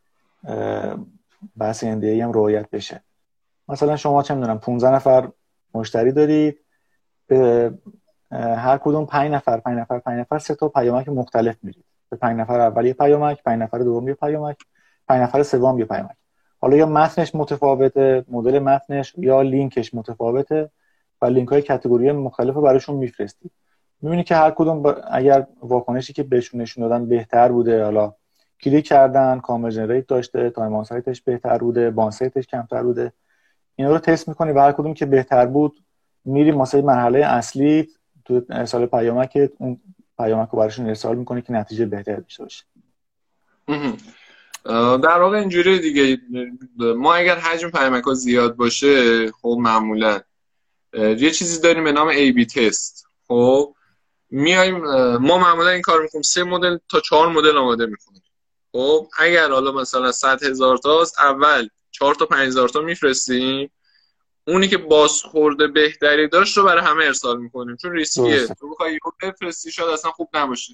بحث ان دی ای هم رعایت بشه. مثلا شما چه میدونم پانزده نفر مشتری دارید، به هر کدوم پنج نفر پنج نفر پنج نفر سه تا پیامک مختلف میدید. به پنج نفر اول یه پیامک، پنج نفر دوم یه پیامک، پنج نفر سوم یه پیامک. حالا یا متنش متفاوته، مدل متنش، یا لینکش متفاوته و لینک های کاتگوری مختلف رو براشون میفرستید. میبینی که هر کدوم با... اگر واکنشی که بهشون نشون دادن بهتر بوده، حالا کلیک کردن، کانورژن ریت داشته، تایم آن سایتش بهتر بوده، بان سایتش کمتر بوده، اینا رو تست میکنی و هر کدوم که بهتر بود میری مثلا مرحله اصلی تو ارسال پیامک، اون پیامک رو براشون ارسال میکنی که نتیجه بهتری داشته باشه. در واقع اینجوری دیگه، ما اگر حجم پیامک ها زیاد باشه خب معمولا یه چیزی داریم به نام ای بی تست. خب میایم ما معمولا این کار میکنیم، سه مدل تا چهار مدل آماده میکنیم. خب اگر حالا مثلا صد هزار تاست، اول چهار تا پنج هزار تا میفرستیم، اونی که بازخورده بهتری داشت رو برای همه ارسال میکنیم، چون ریسکیه. تو بخوای یهو بفرستی شاید اصلا خوب نباشه.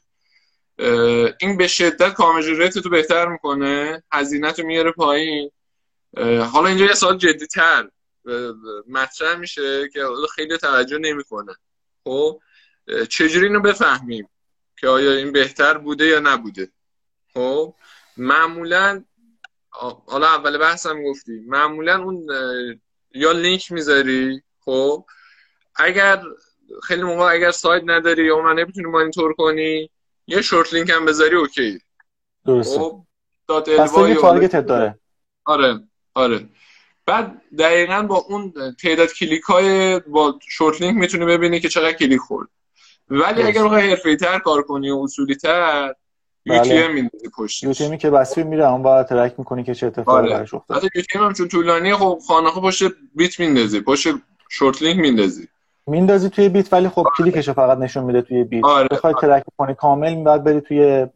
این به شدت کانورژن ریت تو بهتر میکنه، هزینه تو میاره پایین. حالا اینجا یه سوال جدی‌تر مطرح میشه که خیلی توجه نمیکنه. خب چجوری اینو بفهمیم که آیا این بهتر بوده یا نبوده؟ خب معمولا حالا اول بحثم گفتی، معمولا اون یا لینک میذاری، خب اگر خیلی موقع اگر سایت نداری یا من نمیتونی مانیتور کنی، یه شورت لینک هم بذاری اوکی. درسته. خب دات پس یه تارگت داره. آره آره. بعد دقیقاً با اون تعداد کلیک های با شورت لینک میتونی ببینی که چقدر کلیک خورد. ولی اگر بخوای حرفه‌ای‌تر کار کنی و اصولی‌تر، یو تی ام میندازی پشتش. یو تی امی که بسفی میره اون باید ترک میکنی که چه اتفاقی براش افتاد. حتی یو تی ام هم چون طولانیه، خب خانه‌ها پشت بیت میندازی، پشت شورت لینک میندازی. میندازی توی بیت، ولی خب کلیکشو فقط نشون میده توی بیت. آره. بخوای ترک کنی کامل بعد بری توی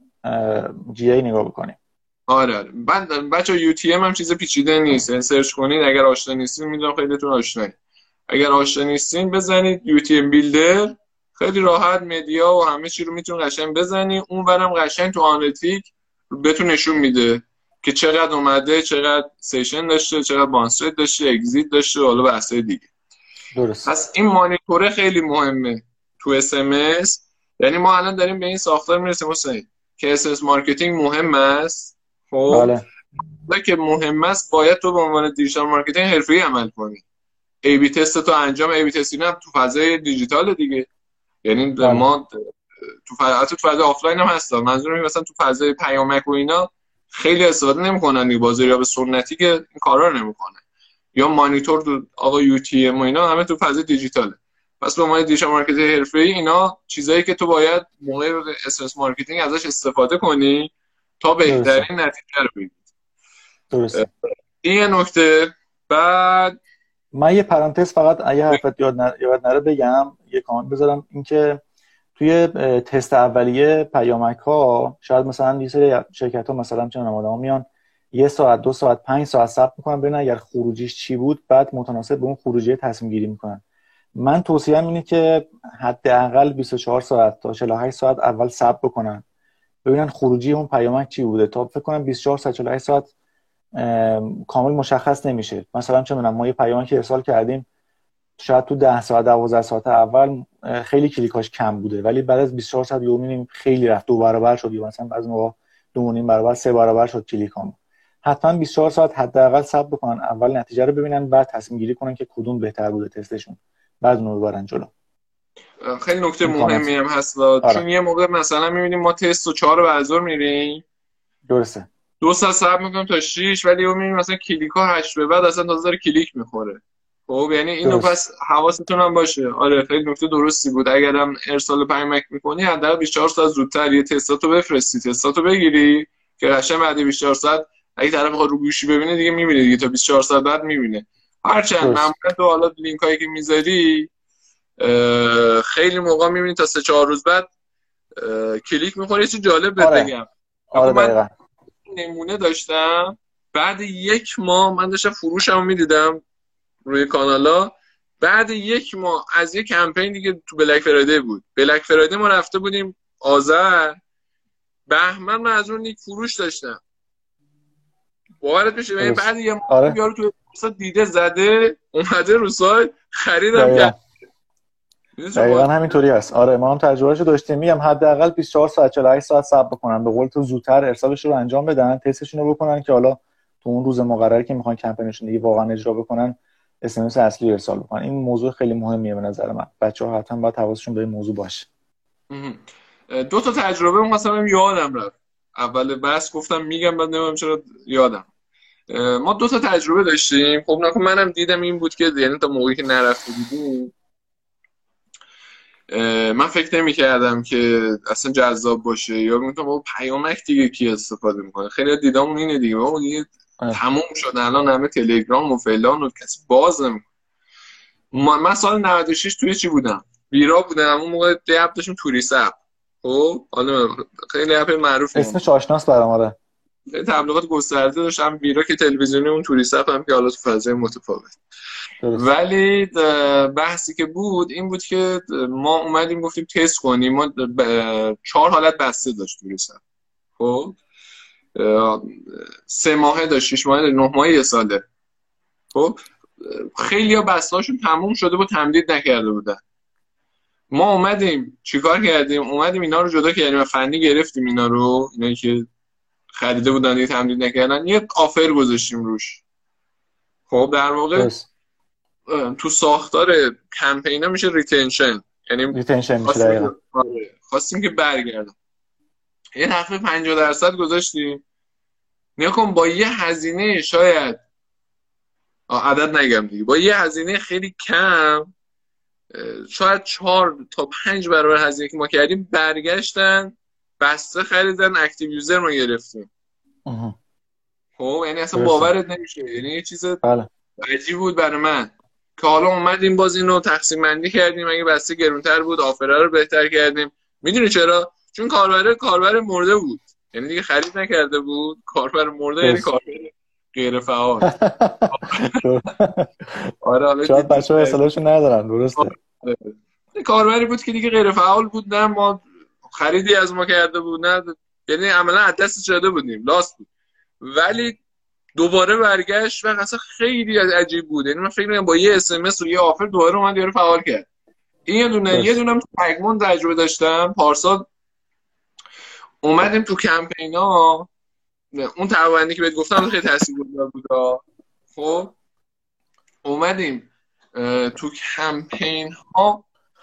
جی ای نگاه بکنی. آره آره. بعد بچا یو تی ام هم چیز پیچیده نیست. یعنی سرچ کنید، اگر آشنا نیستین میدونم خیلیتون آشنایی. اگر آشنا نیستین بزنید یو تی ام بیلدر، خیلی راحت مدیا و همه چی رو میتونید قشنگ بزنی. اون برم قشنگ تو آنالیتیک بهتون نشون میده که چقدر اومده، چقدر سیشن داشته، چقدر بانس ریت داشته، اگزییت داشته، حالا بحثای دیگه. درست. پس این مانیتوره خیلی مهمه تو اس ام اس. یعنی ما الان داریم به این ساختار میرسیم حسین که اس ام اس مارکتینگ مهم است. خب بله. که مهم است باید تو به عنوان دیجیتال مارکتینگ حرفه‌ای عمل کنی. ای بی تست تو انجام، ای بی تست هم تو فضای دیجیتال دیگه. یعنی بله. ما تو فضای تو فضای آفلاین هم هستن. منظورم مثلا تو فضای پیامک و اینا خیلی استفاده نمی‌کنن دیگه، بازاریا به سنتی که این کارا رو نمی‌کنن. یا مانیتور تو آقا یو تی ام و اینا همه تو فضای دیجیتاله. پس به عنوان دیجیتال مارکتینگ حرفه‌ای اینا چیزایی که تو باید موقع اس ام اس مارکتینگ ازش استفاده کنی تا بهترین نتیجه رو بگیری. درسته. این نکته. بعد من یه پرانتز فقط اگه حرفت یاد نره, یاد نره بگم، یه کامنت بذارم، اینکه توی تست اولیه پیامک ها شاید مثلا یه سری شرکت ها مثلا چه آدم‌ها میان یه ساعت دو ساعت پنج ساعت صبر میکنن ببینن اگر خروجیش چی بود، بعد متناسب به اون خروجی تصمیم گیری میکنن. من توصیه‌ام اینه که حداقل بیست و چهار ساعت تا چهل و هشت ساعت اول صبر بکنن ببینن خروجی اون پیامک چی بوده، تا فکر کنم بیست و چهار ساعت چهل و هشت ساعت کامل مشخص نمیشه. مثلا چه میدونم ما یه پیامک ارسال کردیم شاید تو ده ساعت دوازده ساعت اول خیلی کلیکاش کم بوده، ولی بعد از بیست و چهار ساعت یهو می‌بینیم خیلی رفت، دو برابر شد، یا مثلا بعضی موقع دو و نیم برابر، سه برابر شد کلیکام. حتما بیست و چهار ساعت حداقل صبر بکنن، اول نتیجه رو ببینن، بعد تصمیم گیری کنن که کدوم بهتر بوده تستشون، بعد اون رو ببرن جلو. خیلی نکته مهمی هم هست آره. چون یه موقع مثلا می‌بینیم ما تست و چهار بعضور میریم، درسته، دو ساعت صبر می‌کنیم تا شش، ولی اون می‌بینیم مثلا کلیک‌ها هشت به بعد اصلا تازه کلیک می‌خوره. خب یعنی اینو پس حواستون هم باشه. آره خیلی نکته درستی بود. اگرم ارسال پیامک می‌کنی حداقل بیست و چهار ساعت زودتر یه تستاتو بفرستی، تستاتو بگیری که قشنگ بعد بیست و چهار ساعت اگه طرف بخواد رو گوشی ببینه دیگه می‌بینه دیگه، تا بیست و چهار ساعت بعد می‌بینه. هرچند معمولا تو حالا لینکایی که می‌ذاری خیلی موقع می‌بینی تا سه چهار روز بعد کلیک می‌خوره. چه جالب بهت آره. بگم. آره من نمونه داشتم بعد یک ماه من داشتم فروشمو می‌دیدم روی کانالا، بعد یک ماه از یک کمپین دیگه تو بلک فرایدی بود. بلک فرایدی ما رفته بودیم آذر، بهمن من از اون یک فروش داشتم. باورت میشه ببین بعد یه ماه آره. یارو تو فرصت دیده زده اومده رو سایت خریدم کرد. دقیقاً همینطوری هست. آره ما هم تجربهشو داشتیم. میگم حداقل بیست و چهار ساعت چهل و هشت ساعت صبر بکنن، به قول تو زودتر ارسالش رو انجام بدن، تستشون رو بکنن که حالا تو اون روز مقرری که میخوان کمپینشون دیگه واقعا اجرا بکنن اس ام اس اصلی ارسال بکنن. این موضوع خیلی مهمیه به نظر من. بچه‌ها حتما باید حواسشون به این موضوع باشه. دو تا تجربه مثلا یادم رفت. اول بس گفتم میگم بعد نمیدونم چرا یادم. ما دو تا تجربه داشتیم. خب نکن منم دیدم این بود که یعنی تا موقعی که نرفته بودیم من فکر نمی کردم که اصلا جذاب باشه، یا میگم با پیامک دیگه کی استفاده میکنه. خیلی دیدامون اینه دیگه، بابا دیگه تموم شد الان همه تلگرام و فلان و کسی باز نمیکنه. من سال نود و شش توی چی بودم؟ بیرا بودم. اون موقع یه اپ داشتیم توریست اپ. خب حالا خیلی اپ معروف اسمش آشناس برام. آره تبلیغات گسترده داشتم بیرا که تلویزیونی، اون توریست اپ هم که حالا تو فضای متفاوت. ولی بحثی که بود این بود که ما اومدیم گفتیم تست کنیم. ما چهار حالت بسته داشت توریست اپ. خب سه ماهه داشت، شش ماهه، نه ماهه، یه ساله. خب خیلی ها بسته‌هاشون تموم شده بود، تمدید نکرده بودن. ما اومدیم چیکار کردیم؟ اومدیم اینا رو جدا کردیم، فنی گرفتیم اینا رو، اینایی که خریده بودن دیگه تمدید نکردن، یه آفر گذاشتیم روش. خب در واقع بس. تو ساختار کمپینا میشه ریتنشن، یعنی ریتنشن میشه. خواستیم که برگردم. یه تخفیف پنجاه درصد گذاشتیم. نیا کن با یه هزینه شاید عدد نگم دیگه، با یه هزینه خیلی کم، شاید چهار تا پنج برابر هزینه که ما کردیم برگشتن بسته خریدن، اکتیو یوزر ما گرفتیم. خب یعنی اصلا باورت نمیشه، یعنی یه چیز بله. عجیب بود برای من که حالا اومدیم باز اینو تقسیم بندی کردیم، اگه بسته گرونتر بود آفرها رو بهتر کردیم. میدونی چرا؟ چون کاربر کاربر مرده بود، یعنی دیگه خرید نکرده بود. کاربر مرده یعنی کاربر غیر فعال. آره شاید بچه‌ها اصلاحشو ندارن. درسته. کاربری بود که دیگه غیر فعال بود، نه ما خریدی از ما کرده بود، نه یعنی عملا از دست شده بودیم، لاست بود. ولی دوباره برگشت و اصلا خیلی عجیب بود. یعنی من فکر می‌کنم با یه اس ام اس و یه آفر دوباره اومد یارو فعال کرد. این یه دونه یه دونم تو تگمون تجربه داشتم پارسال. اومدیم تو کمپینا، اون تقریبا که بهت گفتم خیلی تاثیرگذار بود. خب اومدیم تو کمپین ها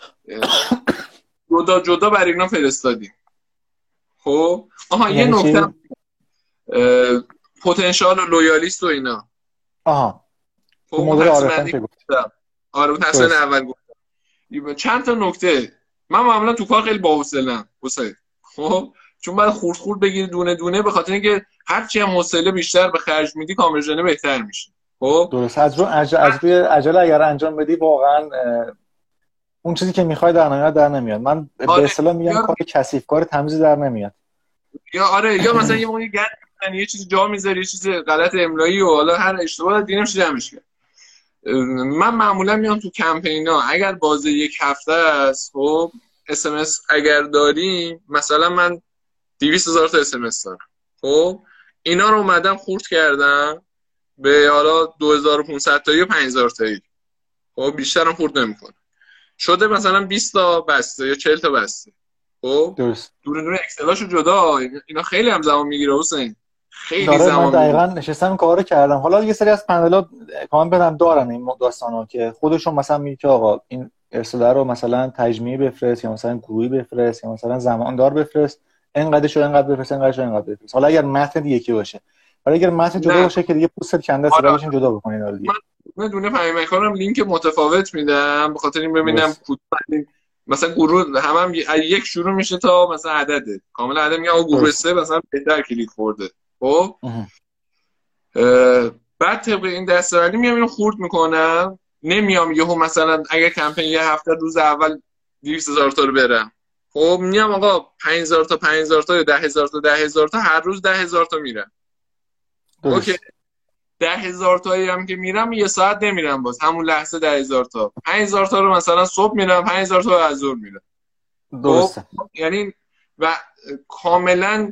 جدا جدا برای اینا فرستادیم. خب آها یه نکته پتانسیال و لویالیست و اینا. آها خب مدل عارفان که گفتم. آره اون تصمیم اول گفتم چند تا نکته. من معمولا تو کار خیلی باحوصله‌ام حسین. خب چون بعد خورد خورد بگیری دونه دونه، به خاطر اینکه هر چی هم حوصله بیشتر به خرج میدی کانورژن بهتر میشه. خب درست. از رو از روی عجله اگر انجام بدی واقعا اون چیزی که میخوای در نهایت در نمیاد. من به اصطلاح میگم یا... کار کثیف، کار تمیزی در نمیاد. یا آره یا مثلا یه موقعی گند میزنی، یه چیزی جا میذاری، یه چیز غلط املایی و حالا هر اشتباه دیگه نمیشه جمعش کرد. من معمولا میام تو کمپینا اگر بازه یک هفته است، خب اس ام اس اگر داریم، مثلا من دویست هزار تا اس ام اس دارم. خب اینا رو اومدم خورد کردم به حالا دو هزار و پانصد تایی و پنج هزار تایی. خب بیشترم خورد نمیکنه. شده مثلا بیست تا بسته یا چهل تا بسته. خب درست. دونه دونه اکسلاشو جدا. اینا خیلی هم زمان میگیره حسین. خیلی داره زمان. من دقیقاً نشستم کارو کردم. حالا یه سری از پنلا کامل بدم دارن این داستانا که خودشون مثلا میگه که آقا این ارسال رو مثلا تجمیعی بفرست یا مثلا گروهی بفرست یا مثلا زماندار بفرست، اینقدرشو اینقدر بفرست، اینقدرشو اینقدر بفرست. حالا اگر متن یکی باشه، ولی اگر متن جدا باشه که دیگه پوست کنده است، باشین جدا بکنین. حالا دیگه من دونه پیام کارم لینک متفاوت میدم به خاطر این ببینم کدوم مثلا گروه هم, هم یک شروع میشه تا مثلا عدده کامل عدد میگه آقا گروه سه مثلا بهتر کلیک خورده. خب بعد طبق این دسته‌بندی میام اینو خورد میکنم. نمیام یهو مثلا اگه کمپین یه هفته روز اول دویست هزار تا رو برم، خب میام آقا پنج هزار تا پنج هزار تا یا ده هزار تا ده هزار تا، هر روز ده هزار تا میرم. اوکی ده هزار تایی هم که میرم یه ساعت نمیرم، باز همون لحظه ده هزار تا. پنج هزار تا رو مثلا صبح میرم، پنج هزار تا از ظهر میرم. درسته. یعنی و کاملا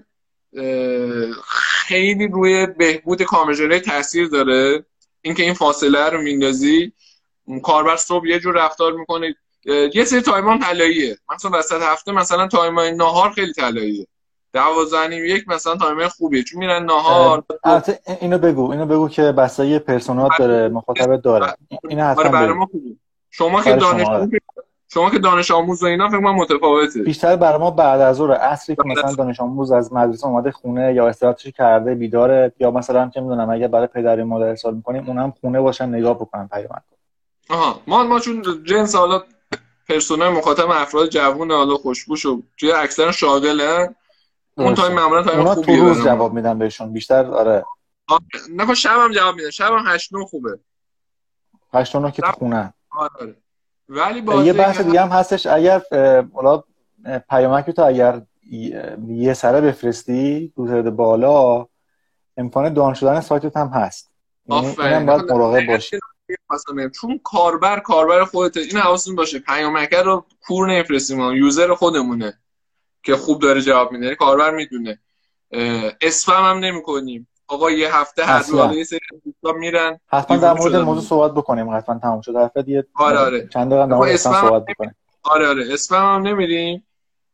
خیلی روی بهبود کانورژن تاثیر داره اینکه این فاصله رو میندازی. کاربر صبح یه جور رفتار میکنه. یه سری تایمان طلاییه، مثلا وسط هفته مثلا تایمان نهار خیلی طلاییه، دوازده نیم یک مثلا تایمای خوبیه چون میرن نهار. البته اینو بگو اینو بگو که بسای پرسونات داره، مخاطب داره. این حتما برای ما خوبه. شما که دانش شما, شما که دانش آموز و اینا فکر کنم متفاوته. بیشتر برای ما بعد از ظهر عصری که مثلا دانش آموز از مدرسه اومده خونه یا استراحتش کرده بیداره، یا مثلا چه میدونم اگه برای پدر مادر ارسال می‌کنیم اونم خونه باشن نگاه بکنن پیامک. آها ما ما چون جنس حالا پرسونای مخاطب افراد جوون حالا خوشبوش و توی اکثرا شاغلن، اون تایم معمولا تایم خوبیه. تو روز جواب میدن بهشون بیشتر. آره نه شب هم جواب میدن، شب هم هشت نه خوبه، هشت نه که تو خونه. آره. ولی یه بحث دیگه هم هستش، اگر حالا پیامک تو اگر یه سره بفرستی دو تعداد بالا، امکان دان شدن سایتت هم هست. یعنی اینم باید مراقب باشی. مثلا چون کاربر کاربر خودت، این حواستون باشه پیامک رو کور نفرستیم، ما یوزر خودمونه که خوب داره جواب میده، کاربر میدونه. اسپم هم نمی‌کنیم آقا. یه هفته هر روز یه سری دوستا میرن. حتما در مورد موضوع صحبت بکنیم، حتما تموم شد حرفت. یه آره آره. چند دقیقه در مورد صحبت بکنیم. آره آره اسپم هم نمیریم.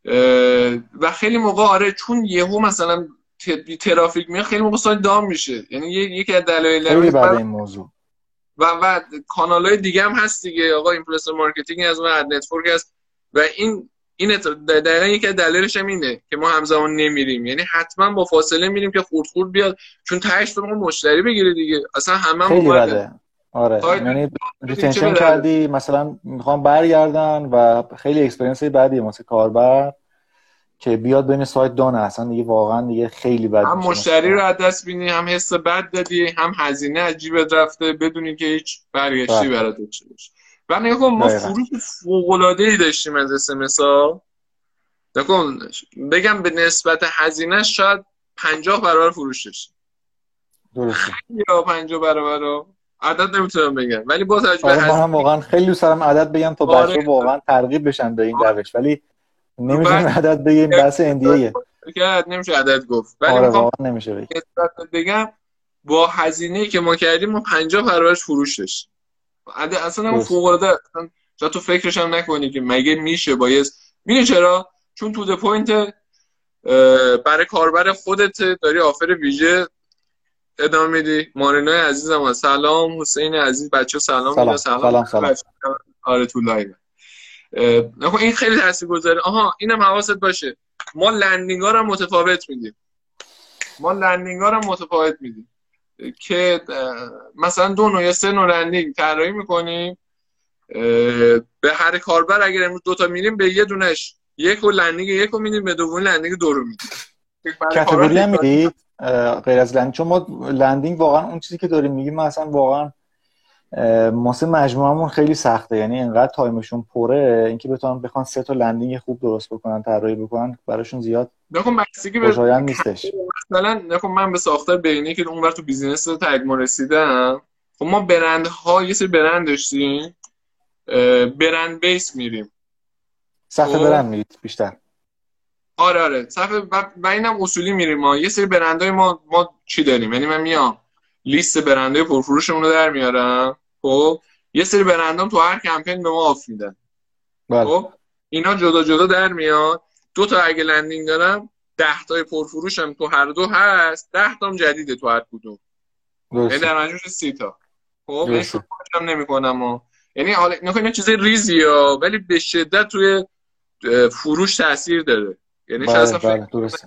و خیلی موقع آره چون یهو مثلا ترافیک میاد خیلی موقع سایت دام میشه. یعنی یکی از دلایل خیلی بعد این موضوع و و کانال‌های دیگه هم هست دیگه آقا، اینفلوئنسر مارکتینگ از اون اد نتورک هست و این این دقیقاً یکی از دلایلش هم اینه که ما همزمان نمیریم. یعنی حتما با فاصله میریم که خورد خورد بیاد، چون تهش تو مشتری بگیره دیگه. اصلا همه خیلی بده. آره یعنی ریتنشن کردی مثلا میخوام برگردن و خیلی اکسپریانس بعدی واسه کاربر که بیاد بین سایت دانه، اصلا دیگه واقعا دیگه خیلی بد هم مشتری رو از دست بینی، هم حس بد دادی، هم هزینه عجیبت رفته بدونی که هیچ برگشتی برات چه باشه. و نگاه ما فروش فوق‌العاده‌ای داشتیم از اس ام اس ها. نکن بگم به نسبت هزینه‌اش شاید پنجاه برابر فروش داشتیم. درسته. یا پنجاه برابر عدد نمیتونم بگم، ولی با توجه به هزینه من واقعا خیلی دوست دارم عدد بگم تا آره. بچه‌ها واقعا ترغیب بشن به این روش، ولی نمیتونیم عدد بگیم، بحث اندیه که نمیشه عدد گفت. ولی آره میخوام نمیشه بگم بگم با هزینه‌ای که ما کردیم ما پنجاه برابرش فروش داشتیم. اصلا اون فوق العاده، اصلا تو فکرش هم نکنی که مگه میشه بایست. میدونی چرا؟ چون تو د پوینت برای کاربر خودت داری آفر ویژه ادامه میدی. مارینای عزیزم سلام، حسین عزیز بچه سلام سلام سلام, سلام. سلام. آره تو لایو نخو این خیلی تاثیرگذاره. آها اینم حواست باشه ما لندینگ ها رو متفاوت میدیم. ما لندینگ ها رو متفاوت میدیم که مثلا دو نوع یا سه نوع لندینگ طراحی میکنیم. به هر کاربر اگر امروز دوتا میریم به یه دونش یک و لندینگ یک رو میدیم، به دومی لندینگ دو رو میدیم. کاتگوری هم میدید غیر از لندینگ؟ چون ما لندینگ واقعا اون چیزی که داریم میگیم ما اصلا واقعا واسه مجموعمون خیلی سخته. یعنی انقدر تایمشون پره، اینکه بتونن بخوان سه تا لندینگ خوب درست بکنن طراحی بکنن براشون زیاد نکن بحثی که خوشایند نیستش. مثلا نکن من به ساختار بینی که اونور تو بیزینس تگ ما رسیدم، خب ما برندها یه سری برند داشتیم، برند بیس میریم صفحه برند میرید بیشتر. آره آره صفحه و اینم اصولی میریم. ما یه سری برندهای ما ما چی داریم، یعنی من میام لیست برندهای پرفروشمون رو در میارم. خب یه سری برندام تو هر کمپین به ما آف میدن. خب اینا جدا جدا در میاد. دو تا اگه لندینگ دارم ده تای پرفروشم تو هر دو هست، ده تام جدیده تو هر کدوم. یعنی در مجموع سی تا. خب من شروع نمی‌کنم. یعنی حالا اینا چیز ریزیه ولی به شدت توی فروش تاثیر داره. یعنی بله اصلا بله درسته.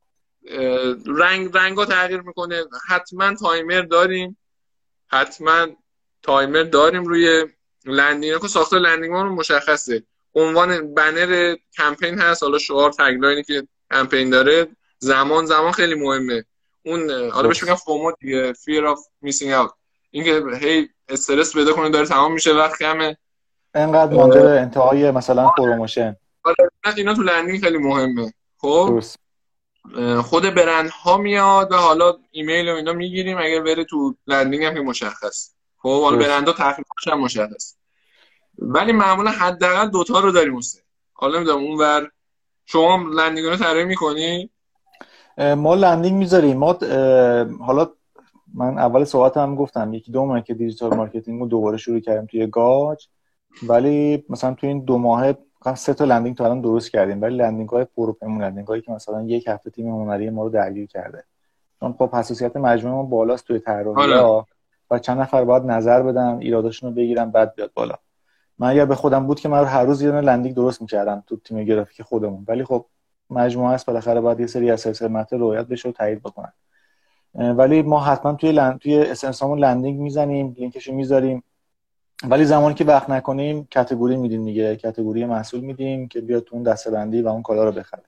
رنگ رنگا تغییر میکنه. حتما تایمر داریم. حتما تایمر داریم روی لندینگ. که ساختار لندینگ ما رو مشخصه. عنوان بنر کمپین هست، حالا شعار تگلاینی که کمپین داره، زمان زمان خیلی مهمه. اون حالا بهش میگن فومو دیگه، fear of missing out. اینکه هی استرس پیدا کنه داره تمام میشه وقت کمه، انقدر منتظر انتهای مثلا پروموشن. آره اینا تو لندینگ خیلی مهمه. خب خود برند ها میاد و حالا ایمیل و اینا میگیریم اگر بره تو لندینگ هم که مشخص. خب حالا برندها تخفیفش هم مشخص، ولی معمولا حداقل دو تا رو داریم. اصلا حالا نمیدونم اونور شما لندینگ رو طراحی می‌کنی؟ ما لندینگ میذاریم. ما حالا من اول صحبتم هم گفتم یکی دو ماه که دیجیتال مارکتینگ رو دوباره شروع کردیم توی گاج، ولی مثلا توی این دو ماه سه تا لندینگ تا الان درست کردیم، ولی لندینگ‌های پروپمون، لندینگ‌هایی که مثلا یک هفته تیم هنری ما رو درگیر کرده، چون خب حساسیت مجموعه ما بالاست توی طراحی‌ها و چند نفر باید نظر بدن، ایراداشون رو بگیرن بعد بیاد بالا. من اگر به خودم بود که من هر روز یه دونه لندینگ درست می‌کردم تو تیم گرافیک خودمون، ولی خب مجموعه است بالاخره باید یه سری اساس متن رعایت بشه و تایید بکنن. ولی ما حتما توی لند توی اسنسامون لندینگ میزنیم، لینکشو میذاریم ولی زمانی که وقت نکنیم کاتگوری میدیم دیگه، کاتگوری محصول میدیم که بیاد تو اون دسته‌بندی و اون کالا رو بخره.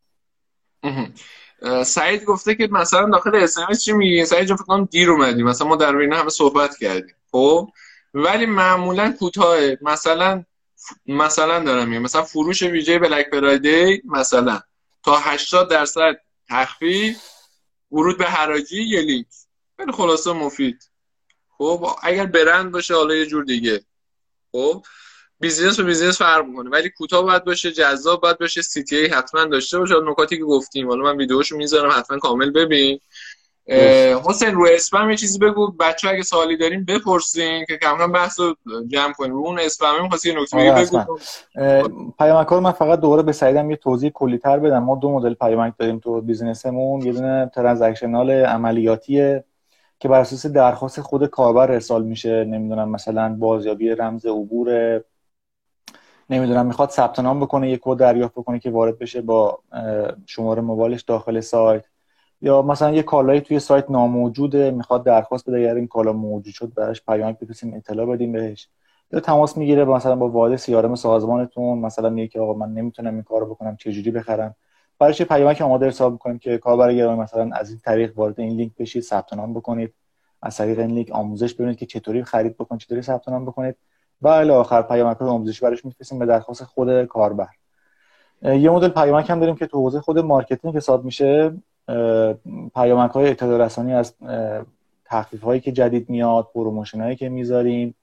سعید گفته که مثلا داخل اس ام اس چی میگین؟ سعید جان فکر کنم دیر اومدی، مثلا ما در بین همه صحبت کردیم خب، ولی معمولا کوتاه، مثلا مثلا دارم میگم مثلا فروش ویژه بلک فرایدی مثلا تا هشتاد درصد تخفیف، ورود به حراجی، یه لینک، خیلی خلاصه مفید. خب اگر برند باشه حالا یه جور دیگه، خب بیزینس به بیزینس فرق میکنه، ولی کوتاه باید باشه، جذاب باید باشه، سی تی ای حتما داشته باشه، نکاتی که گفتیم حالا من ویدیوشو میذارم حتما کامل ببین. حسین رو اسپم یه چیزی بگو، بچه اگه سوالی داریم بپرسین که کم کم بحث رو جمع کنیم. رو اون اسپم می‌خواستی یه نکته آره بگو. پیامک‌ها رو من فقط دوباره به سعیدم یه توضیح کلی‌تر بدم. ما دو مدل پیامک داریم تو بیزینسمون، یه دونه ترانزکشنال عملیاتیه که بر اساس درخواست خود کاربر ارسال میشه، نمیدونم مثلا بازیابی رمز عبور، نمیدونم میخواد ثبت نام بکنه، یک کد دریافت بکنه که وارد بشه با شماره موبایلش داخل سایت، یا مثلا یه کالایی توی سایت ناموجوده میخواد درخواست بده اگر این کالا موجود شد براش پیامک بفرستیم اطلاع بدیم بهش، یا تماس میگیره مثلا با واحد سی آر ام سازمانتون، مثلا میگه که آقا من نمیتونم این کارو بکنم چه جوری بخرم، براش یه پیامک آماده ارسال میکنیم که کاربر گرامی مثلا از این طریق وارد این لینک بشید، ثبت نام بکنید، از طریق این لینک آموزش ببینید که چطوری خرید بکنید، چطوری ثبت نام بکنید، و الی آخر پیامک آموزشی براش میفرستیم به درخواست خود کاربر. یه مدل پیامک هم داریم که تو حوزه خود مارکتینگ حساب میشه، پیامک‌های اطلاع رسانی از تخفیف‌هایی که جدید میاد، پروموشنایی که میذاریم.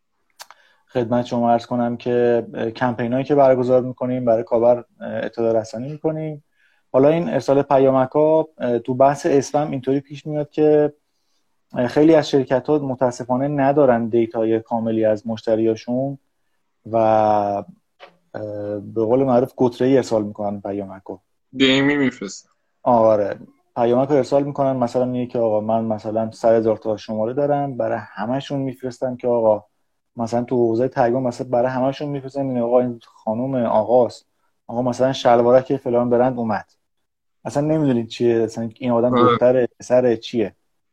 خدمت شما عرض کنم که کمپینایی که برگزار میکنیم برای کاربر اطلاع رسانی میکنیم. حالا این ارسال پیامک‌ها تو بحث اسپم اینطوری پیش میاد که خیلی از شرکت‌ها متاسفانه ندارن دیتای کاملی از مشتریاشون و به قول معروف گتره‌ای ارسال میکنن پیامک‌ها، دیمی میفرستن. آره پیامک رو ارسال میکنن، مثلا میگه که آقا من مثلا صد هزار تا شماره دارم، برای همشون میفرستم که آقا مثلا تو حوزه تگام مثلا برای همشون میفرستم این آقا این خانم آقاست، آقا مثلا شلوارک فلان برند اومد، اصلا نمیدونید چیه، مثلا این آدم دختره پسره چیه.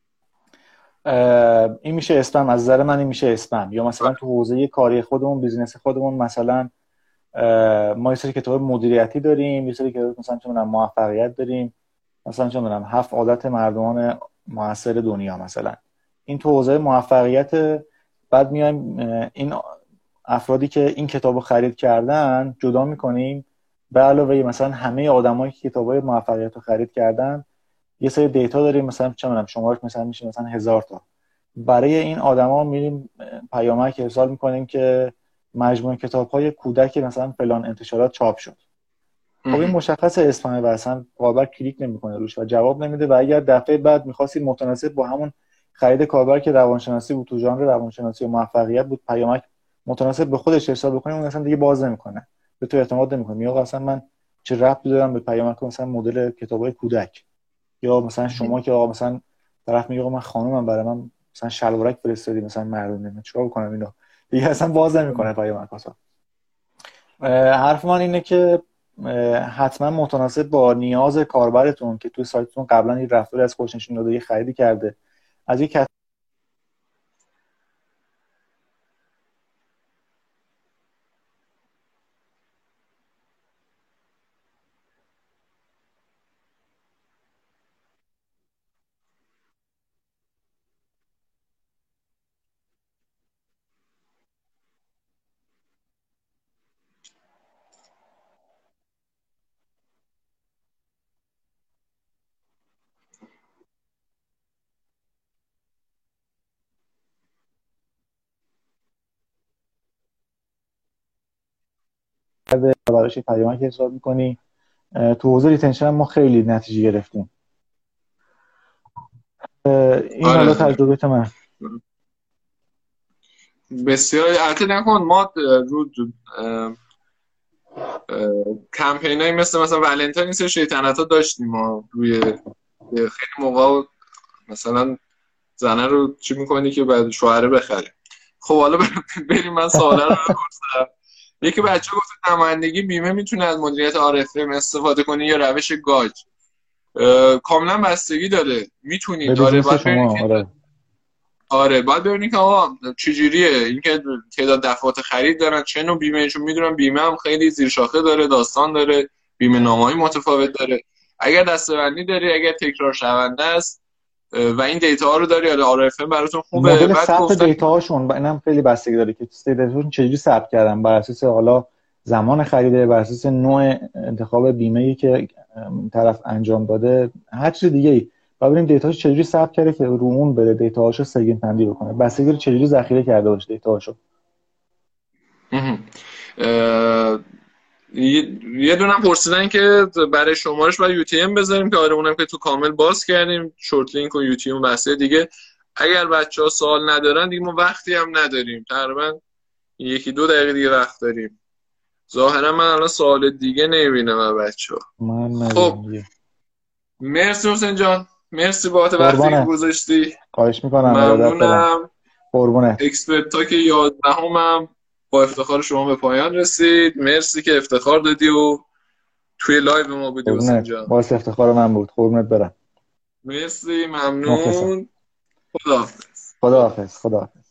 این میشه اسپم، از نظر من این میشه اسپم. یا مثلا تو حوزه کاری خودمون، بیزینس خودمون، مثلا ما یه سری کتاب مدیریتی داریم، یه سری کتاب مثلا چه می‌دونم موفقیت داریم، مثلا چه می‌دونم هفت عادت مردمان موثر دنیا، مثلا این تو حوزه موفقیت. بعد میایم این افرادی که این کتابو خرید کردن جدا می‌کنیم، به علاوه مثلا همه آدمایی که کتابای موفقیت رو خرید کردن یه سری دیتا داریم، مثلا چه می‌دونم شمارش مثلا میشه مثلا هزار تا، برای این آدما میریم پیامک ارسال می‌کنیم که مجموعه کتاب‌های کودک مثلا فلان انتشارات چاپ شد. خب این مشخص اسپمه و اصلا کاربر کلیک نمیکنه روش و جواب نمیده، و اگر دفعه بعد می‌خواستید متناسب با همون خرید کاربر که روانشناسی بود، تو ژانر روانشناسی و موفقیت بود، پیامک متناسب به خودش ارسال بکنیم، اون اصلا دیگه باز نمیکنه، به تو اعتماد نمیکنه، میگه اصلا من چه ربطی دارم به پیامک مثلا مدل کتابای کودک، یا مثلا شما که آقا مثلا طرف میگه من خانومم برای من مثلا شلوارک فرستادی مثلا مردونه، من چیکار کنم اینو، دیگه اصلا باز نمیکنه پیامک اصلا. حرف من اینه که حتما متناسب با نیاز کاربرتون که توی سایتتون قبلا این رفتاری از خودش نشون داده، یه خریدی کرده از یک براش پیامک ارسال می‌کنی. تو حوزه ریتنشن ما خیلی نتیجه گرفتیم. این آره. حالا تجربه من. بسیار البته نکن ما رو کمپینایی مثل مثلا ولنتاین سه شیطنت‌ها داشتیم ما روی خیلی موقع، مثلا زنه رو چی میکنی که بعد شوهره بخره. خب حالا بریم من سوالا رو بپرسم. یکی بچه گفت نمایندگی بیمه میتونه از مدیریت آر اف ام استفاده کنی یا روش گاج؟ کاملا بستگی داره، میتونید داره باید شما آره. آره باید ببینیم که آقا چجوریه اینکه تعداد دفعات خرید دارن، چه نوع بیمه، چون میدونم بیمه هم خیلی زیر شاخه داره، داستان داره، بیمه نامه‌ای متفاوت داره. اگر دسته‌بندی داری، اگر تکرار شونده است و این دیتا ها رو داری، آر اف ام براتون خوبه. مدل بعد ثبت گفتن دیتا هاشون اینم خیلی بستگی داره که دیتاشون چجوری ثبت کردن، بر اساس حالا زمان خریده، بر اساس نوع انتخاب بیمه‌ای که طرف انجام داده، هر چیز دیگه‌ای. ببینیم دیتاش چجوری ثبت کرده که رو اون بره دیتاهاشو سگمنت بندی بکنه، بستگی داره چجوری ذخیره کرده باشه دیتاهاشو. یه دونم پرسیدن که برای شمارش باید یو تی ام بذاریم که آره اونم که تو کامل باز کردیم، شورت لینک و یو تی ام و بحثه دیگه. اگر بچه‌ها سوال ندارن دیگه ما وقتی هم نداریم، تقریبا یکی دو دقیقه دیگه وقت داریم. ظاهرا من الان سوال دیگه نمیبینم از بچه‌ها. من خب مرسی حسین جان، مرسی بابت وقتی که گذاشتی. خواهش میکنم. ممنونم. قربونه. اکسپرت تاک یازدهمم با افتخار شما به پایان رسید. مرسی که افتخار دادی و توی لایو ما بودی حسین جان. باعث افتخار من بود. قربونت برم. مرسی، ممنون. خداحافظ. خداحافظ. خداحافظ.